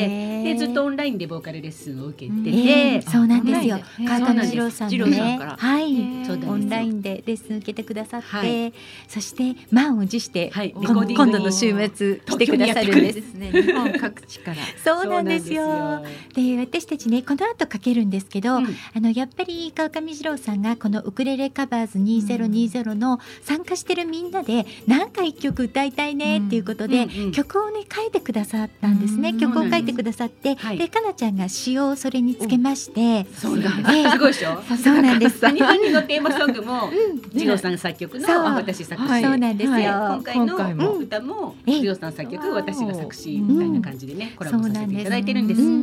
でずっとオンラインでボーカルレッスンを受けてて、 えー、そうなんですよ。川上二郎さんのね、はい、オンラインでレッスン受けてくださって、はい、そして満を持して、はい、今度の週末来てくださるんですね。 日本各地から。 そうなんですよ。で、私たちね、この後かけるんですけど、うん、あのやっぱり川上二郎さんがこのウクレレカバーズにせんにじゅうの参加してるみんなでなんか一曲歌いたいねっていうことで、うんうん、曲をね書いてくださったんですね。曲を書いてくださって、はい、でかなちゃんが詩をそれにつけまして、 そうなんです、えー、すごいでしょ。 そうなんです。 日本人のテーマソングも二郎さん作曲の私作詞、はい、 そうなんですよ。 今回の歌も二郎さん作曲、私が作詞みたいな感じでね、コラボさせていただいてるんです。うんうん、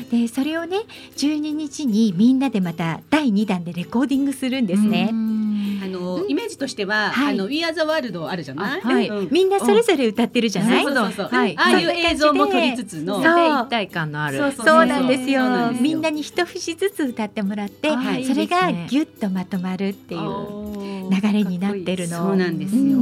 でそれをねじゅうににちにみんなでまただいにだんでレコーディングするんですね。 あのイメージとしては、はい、あの We Are the World あるじゃない、 はいうん、みんなそれぞれ歌ってるじゃない、 そうそうそう、はい、ああいう映像も撮りつつの一体感のある、 そうそうそうそうなんですよ。みんなに一節ずつ歌ってもらって、はい、それがギュッとまとまるっていう流れになってるの。 そうなんですよ、うん、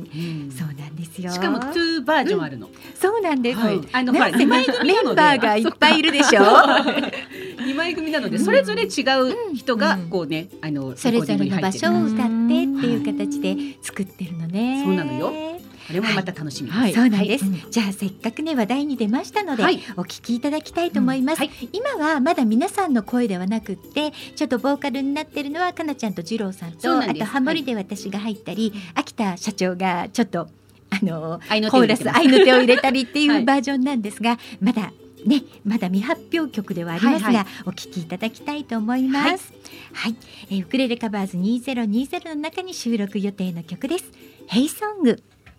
そうなんですよ。 しかもにバージョンあるの、うん、 そうなんです、 はい、あのほらにまい組メンバーがいっぱいいるでしょにまい組なのでそれぞれ違う人がこうね、あのそれぞれの場所を歌ってっていう形で作ってるのね。 そうなのよ。これもまた楽しみです、 はい、そうなんです、はい、じゃあせっかくね話題に出ましたので、はい、お聞きいただきたいと思います、うんはい、今はまだ皆さんの声ではなくってちょっとボーカルになってるのはかなちゃんと二郎さんと、あとハモリで私が入ったり、はい、秋田社長がちょっとあのコーラス愛の手を入れたりっていうバージョンなんですが、はい、まだね、まだ未発表曲ではありますが、はいはい、お聴きいただきたいと思います、はいはい、えー、ウクレレカバーズにせんにじゅうの中に収録予定の曲です。ヘイソング。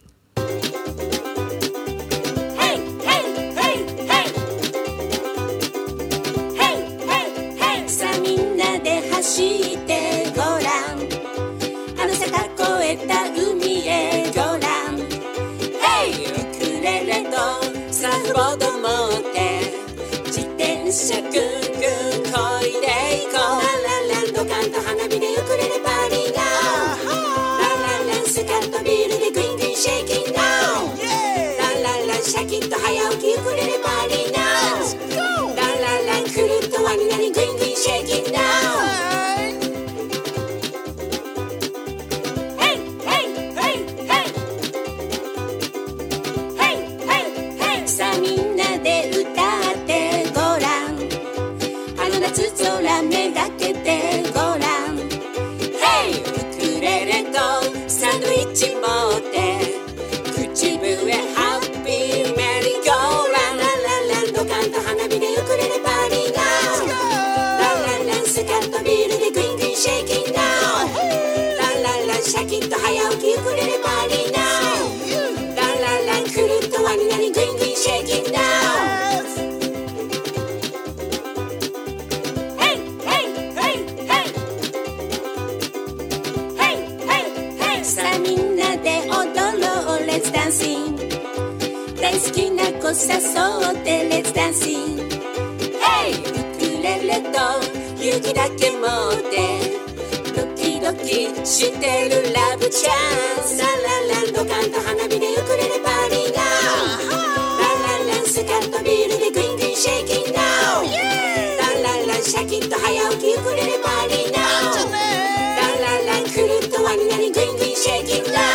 さあみんなで走ってごらん、あの坂越えた海へごらん。ヘイウクレレとサーフボード持って自転車ぐんぐんこいでいこう。ララランドカンと花火でウクレレパーリーナウ。ララランスカットビールでグイングインシェイキンナウ。ララランシャキッと早起きウクレレパーリーナウ。ララランくるっと輪になりグイングインシェイキンナウ。空めがけてごらん。ヘイウクレレとサンドイッチ持って口笛ハッピーメリーゴーラン。ララランドカンと花火でウクレレパーリーナウ。ララランスカットビールでグイングインシェイキンナウ。ララランシャキッと早起きウクレレパーリーナウ。ララランくるっと輪になりグイングインシェイキンナウ。大好きな子誘って Let's dancing。 Hey ウクレレと勇気だけ持ってドキドキしてるラブチャンス。ララランドカンと花火でウクレレパーリーナウ。ララランスカットビールでグイングインシェイキンナウ。ララランシャキッと早起きウクレレパーリーナウ。ララランくるっと輪になりグイングインシェイキンナウ。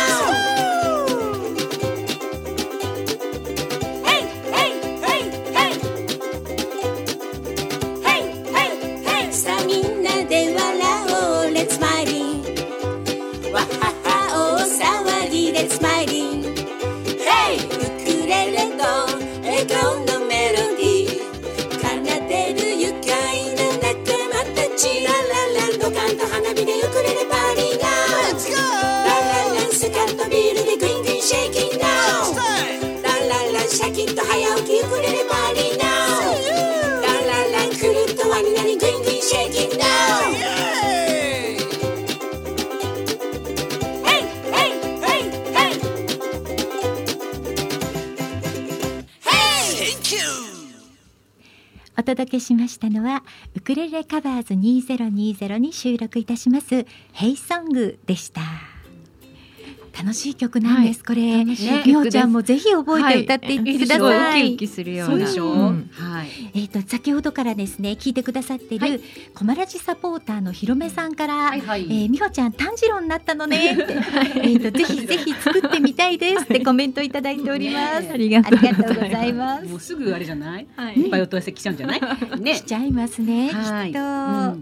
シャキッと早起きウクレレパーリーナウ。ララランくるっと輪になりグイングインシェイキンナウ。ヘイヘイヘイヘイヘイ。 Thank you。 お届けしましたのはウクレレカバーズにせんにじゅうに収録いたしますヘイソングでした。 楽しい曲なんです、はい、これみほちゃんもぜひ覚えて歌ってください、 はい、ウキウキするような。 そうでしょう、うんはいえー、と先ほどからですね聞いてくださっている、はい、コマラジサポーターのひろめさんから、はいはいえー、みほちゃん炭治郎になったのねって、えー、とぜひぜひ作ってみたいですってコメントいただいております、 ありがとうございます。 もうすぐあれじゃない、はい、いっぱいお問い合わせ来ちゃうんじゃないね、 来ちゃいますね、 はい、 きっと、うんはい、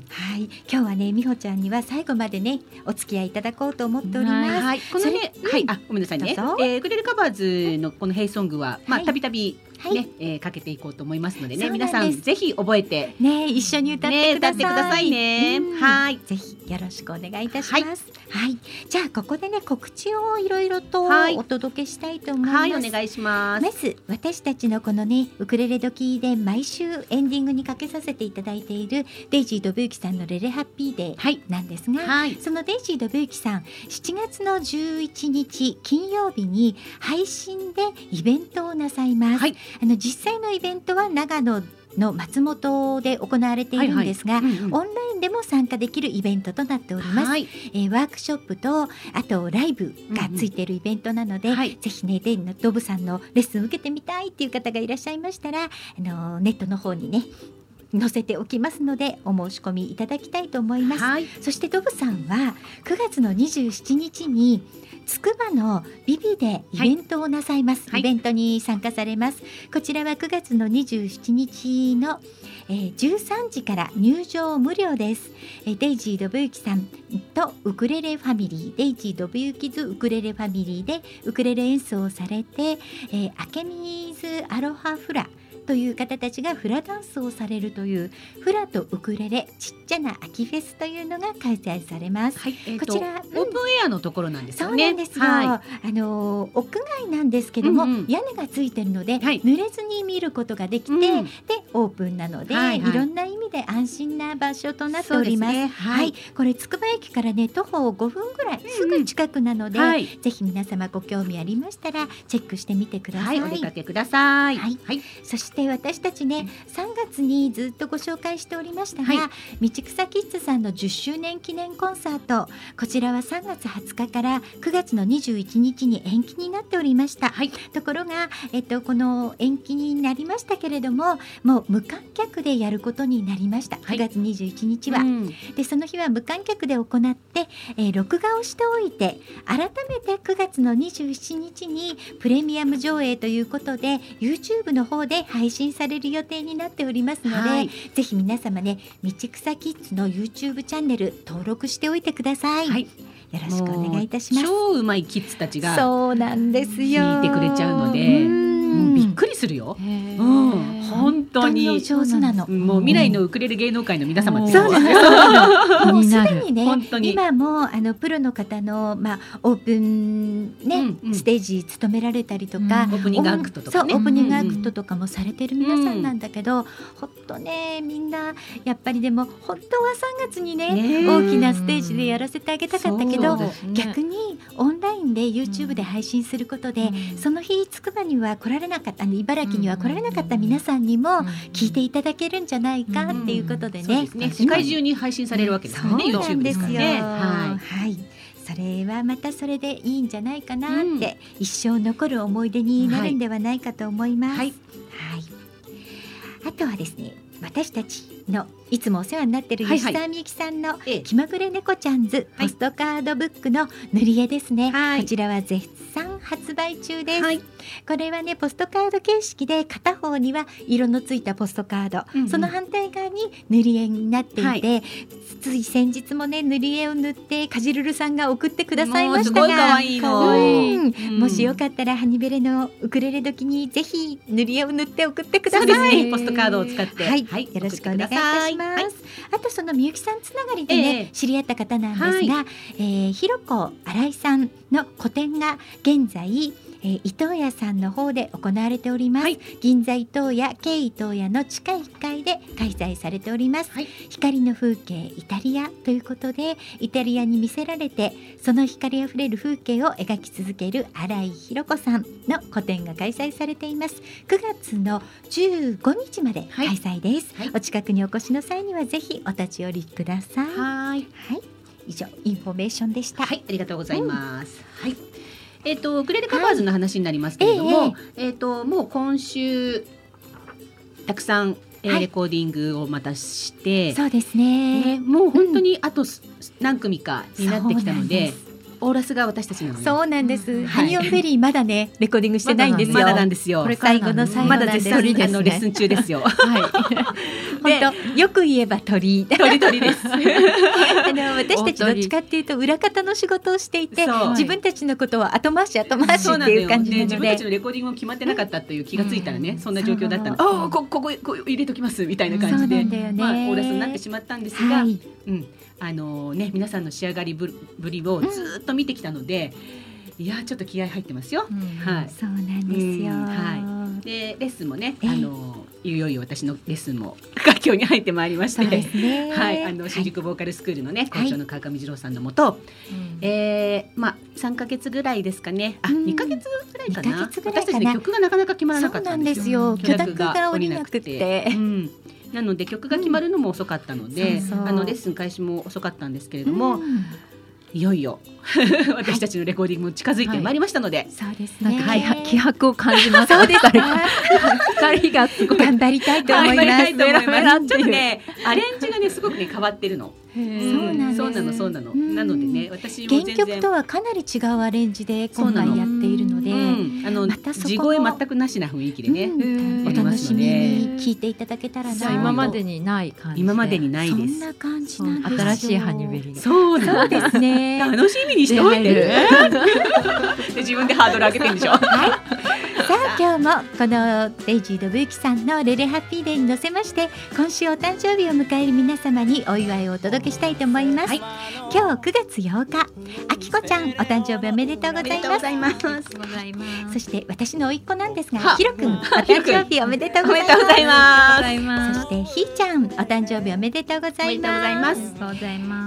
今日はねみほちゃんには最後までねお付き合いいただこうと思っております、 はい、このね、はい、あごめんなさいね、えー、ウクレレカバーズのこのヘイソングはまあたびたびね、はいえー、かけていこうと思いますのでね、皆さんぜひ覚えてね一緒に歌ってください、ね、 歌ってくださいね、はいぜひよろしくお願いいたします、はいはい、じゃあここでね告知をいろいろとお届けしたいと思います、 はいはい、お願いします。 まず私たちのこのねウクレレ時で毎週エンディングにかけさせていただいているデイジー・ドブユキさんのレレハッピーデーなんですが、はい、そのデイジー・ドブユキさんしちがつのじゅういちにち金曜日に配信でイベントをなさいます、はい、あの実際のイベントは長野の松本で行われているんですが、はいはいうんうん、オンラインでも参加できるイベントとなっております、はいえー、ワークショップとあとライブがついているイベントなので、うんうんはい、ぜひねデイのドブさんのレッスン受けてみたいっていう方がいらっしゃいましたらあのネットの方にね載せておきますのでお申し込みいただきたいと思います、はい、そしてドブさんはくがつのにじゅうしちにちにつくばのビビでイベントをなさいます、はい、イベントに参加されます。こちらはくがつのにじゅうしちにちの、えー、じゅうさんじから入場無料です、えー、デイジー・ドブユキさんとウクレレファミリーデイジー・ドブユキズウクレレファミリーでウクレレ演奏をされて、えー、アケミーズ・アロハ・フラという方たちがフラダンスをされるというフラとウクレレちっちゃな秋フェスというのが開催されます、はいえー、こちら、うん、 オープンエアのところなんですよね。 そうなんですよ、はい、あの屋外なんですけども、うんうん、屋根がついてるので、はい、濡れずに見ることができて、うん、でオープンなので、はいはい、いろんな意味で安心な場所となっております。ねはいはい、これつくば駅からね徒歩ごふんぐらいすぐ近くなので、うんはい、ぜひ皆様ご興味ありましたらチェックしてみてください、 はい、お出かけください、 はいはい、そして私たちねさんがつにずっとご紹介しておりましたが、はい、道草キッズさんのじゅっしゅうねん記念コンサートこちらはさんがつはつかからくがつのにじゅういちにちに延期になっておりました、はい、ところが、えっと、この延期になりましたけれどももう無観客でやることになりました、はい、くがつにじゅういちにちは、うん、でその日は無観客で行って、えー、録画をしておいて改めてくがつのにじゅうしちにちにプレミアム上映ということで YouTube の方で配信される予定になっておりますので、はい、ぜひ皆様ね道草キッズの YouTube チャンネル登録しておいてください、はい、よろしくお願いいたします。 超うまいキッズたちがそうなんですよ弾いてくれちゃうのでもうびっくりするよ、うん、本当に上手なの。 もう未来のウクレレ芸能界の皆様ってそうですよ。もうすでにね本当に今もあのプロの方の、まあ、オープン、ねうんうん、ステージ務められたりとか、 うん、オープニングアクトとかねそうオープニングアクトとかもされてる皆さんなんだけど、うん、ほんとねみんなやっぱりでも本当はさんがつに ね, ね大きなステージでやらせてあげたかったけど、ね、逆にオンラインで YouTube で配信することで、うん、その日つくばには来られなかったあの茨城には来られなかった皆さんにも聞いていただけるんじゃないかっていうことでね、うんうん、 そうですね世界中に配信されるわけですよね、 そうなんですよ、 YouTube ですからね、はい、 はいそれはまたそれでいいんじゃないかなって、うん、一生残る思い出になるんではないかと思います、はいはい、あとはですね私たちのいつもお世話になっている吉澤美幸さんの気まぐれ猫ちゃんズポストカードブックの塗り絵ですね、はい、こちらは絶賛発売中です、はい、これはねポストカード形式で片方には色のついたポストカード、うんうん、その反対側に塗り絵になっていて、はい、つい先日もね塗り絵を塗ってかじるるさんが送ってくださいましたが、 もうすごい可愛いの、 うんうん、もしよかったらハニベレのウクレレ時にぜひ塗り絵を塗って送ってください。 そうですねポストカードを使って、 はいはい、よろしくお願いいたします、はい、あとそのみゆきさんつながりでね、えー、知り合った方なんですが、はいえー、ひろこ新井さんの個展が現在えー、伊東屋さんの方で行われております、はい、銀座伊東屋京伊東屋の地下いっかいで開催されております、はい、光の風景イタリアということでイタリアに魅せられてその光あふれる風景を描き続ける新井弘子さんの個展が開催されています。くがつのじゅうごにちまで開催です、はいはい、お近くにお越しの際にはぜひお立ち寄りください。 はい、 はい、以上インフォメーションでした。 はい、ありがとうございます、うん、はいえっ、ー、とウクレレカバーズの話になりますけれども、はい、えー、えー、ともう今週たくさん、えーはい、レコーディングをまたして、 そうですね、 えー、もう本当にあと何組かになってきたので、オーラスが私たちなので、 そうなんです、うん、ハニオンベリーまだねレコーディングしてないんですよ。 まだなんですよ。 これ最後の最後まだ絶賛レッスン中ですよ。はい本当よく言えば鳥鳥鳥ですあの私たちどっちかっていうと裏方の仕事をしていて、自分たちのことを後回し後回しっていう感じなので、 自分たちのレコーディングも決まってなかったという気がついたらね、うん、そんな状況だったので、ああここここ入れときますみたいな感じで、ね、まあ、オーラスになってしまったんですが、はい、うん、あのーね、皆さんの仕上がりぶりをずっと見てきたので、うん、いやちょっと気合入ってますよ、うん、はい、 そうなんですよ、うん、 はい、でレッスンもね、あのーいよいよ私のレッスンも佳境に入ってまいりまして、ね、はい、あの新宿ボーカルスクールのね、校長の川上二郎さんのもと、はい、えー、まあさんかげつぐらいですかね、あ、うん、にかげつぐらいかな、私たちね曲がなかなか決まらなかったんですよ。 許諾が下りなくて、 うん、なので曲が決まるのも遅かったので、うん、そうそう、あのレッスン開始も遅かったんですけれども、うん、いよいよ私たちのレコーディングも近づいてまいりましたので、はい、 そうですね、 なんか気迫を感じます。 そうですねふたりがすごい頑張りたいと思います。 メラメラちょっとねアレンジがねすごくね変わってるの。 そうなんです。 そうなのそうなの。なのでね、私も全然原曲とはかなり違うアレンジで今回やっているので、 うん、あのまたそこ地声全くなしな雰囲気でね、うん、 お楽しみに聞いていただけたらな。 今までにない感じで。 今までにないです。 そんな感じなんですよ。 新しいハニベリー。 そうなんですね。楽しみにしておいてね。で自分でハードル上げてるんでしょ。はい。 さあ今日もこのレイジー・ドブユキさんのレレハッピーデーに乗せまして、今週お誕生日を迎える皆様にお祝いをお届けしたいと思います、はい、今日くがつようか、あきこちゃんお誕生日おめでとうございます。そして私の甥っ子なんですが、ひろくんお誕生日おめでとうございます。そしてひーちゃんお誕生日おめでとうございます。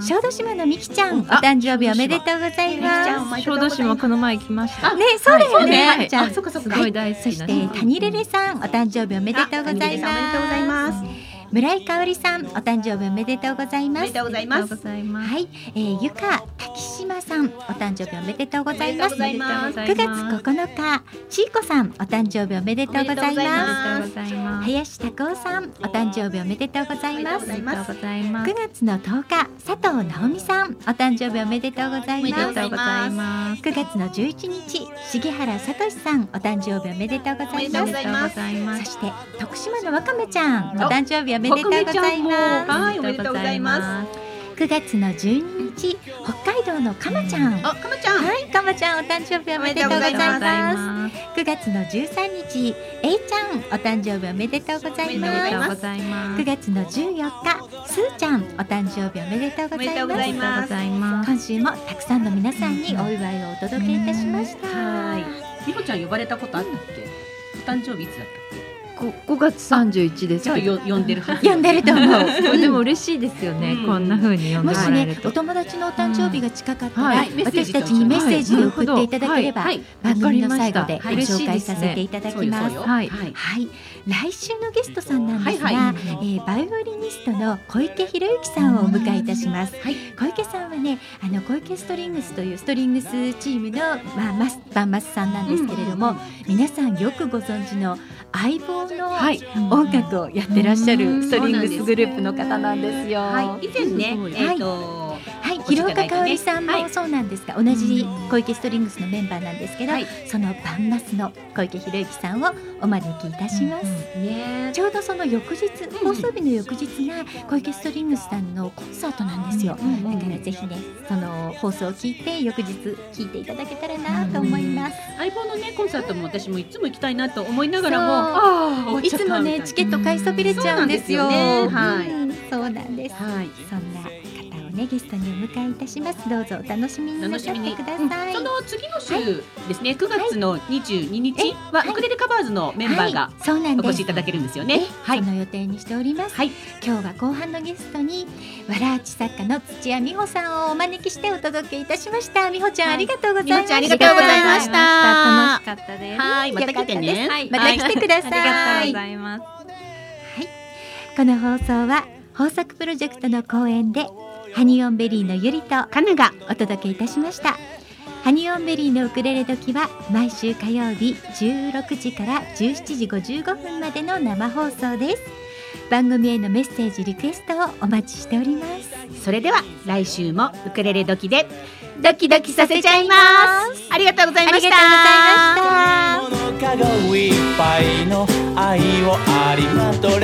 小豆島のみきちゃんお誕生日おめでとうございます。 小豆島この前来ました。 ね、そうだよね、 はい、 じゃあそっかそっか、すごい大好きな。 そして谷レレさんお誕生日おめでとうございます。村井香織さんお誕生日おめでとうございます。 おめでとうございます。 はい、えー、ゆか滝島さんお誕生日おめでとうございます。くがつここのかちいこさんお誕生日おめでとうございます。林拓夫さんお誕生日おめでとうございます。くがつのとおか佐藤直美さんお誕生日おめでとうございます。くがつのじゅういちにち重原聡さんお誕生日おめでとうございます。そして徳島のわかめちゃんお誕生日おめでとうございます。 はい、おめでとうございます。 くがつのじゅうににち北海道のかまちゃん、 あ、かまちゃん、 はい、かまちゃんお誕生日おめでとうございます。くがつのじゅうさんにちえいちゃんお誕生日おめでとうございます。くがつのじゅうよっかすーちゃんお誕生日おめでとうございます。今週もたくさんの皆さんにお祝いをお届けいたしました。 はい、みほちゃん呼ばれたことあったっけ？お誕生日いつだったっけ？ ごがつさんじゅういちですけど、 呼んでるはず。呼んでると思う。 でも嬉しいですよね、うん、こんな風に呼んでもらえると。 もしね、お友達のお誕生日が近かったら、うん、はい、私たちにメッセージを送っていただければ、はい、番組の最後でご紹介させていただきます。はい、はい、来週のゲストさんなんですが、はいはい、えー、バイオリニストの小池博之さんをお迎えいたします。はい、小池さんはね、あの小池ストリングスというストリングスチームの、まあ、マスバンマスさんなんですけれども、うん、皆さんよくご存知の相棒の音楽をやってらっしゃるストリングスグループの方なんですよ。 はい、以前ね、えーとはい、広岡香織さんもそうなんですが、同じ小池ストリングスのメンバーなんですけど、はい、そのバンマスの小池博之さんをお招きいたします、うんうんね、ちょうどその翌日、放送日の翌日が小池ストリングスさんのコンサートなんですよ、うんうんうん、だからぜひね、その放送を聞いて翌日聞いていただけたらなと思います、 うん、相棒のねコンサートも私もいつも行きたいなと思いながらも、 あいつもねチケット買いそびれちゃうんですよ。 そうなんですよね、はい、 うん、そうなんです、はい、そんな方をねゲストにお迎えいたします。どうぞお楽しみになさってください、 うん、その次の週ですね、はい、くがつのにじゅうににちは、はい、ウクレレカバーズのメンバーがお越しいただけるんですよね、 はい、その予定にしております、はい、今日は後半のゲストにわらあち作家の土屋美穂さんをお招きしてお届けいたしました。美穂ちゃん、はい、ありがとうございました。 ありがとうございました。 楽しかったです。 はい、また来てね、 はい、また来てください、 はい、ありがとうございます。はい、 この放送は豊作プロジェクトの公演でハニオンベリーのゆりとかながお届けいたしました。 ハニオンベリーのウクレレ時は毎週火曜日じゅうろくじからじゅうしちじごじゅうごふんまでの生放送です。番組へのメッセージリクエストをお待ちしております。 それでは来週もウクレレ時でドキドキさせちゃいます。ありがとうございました。 ありがとうございました。カゴいっぱいの愛をありがとう。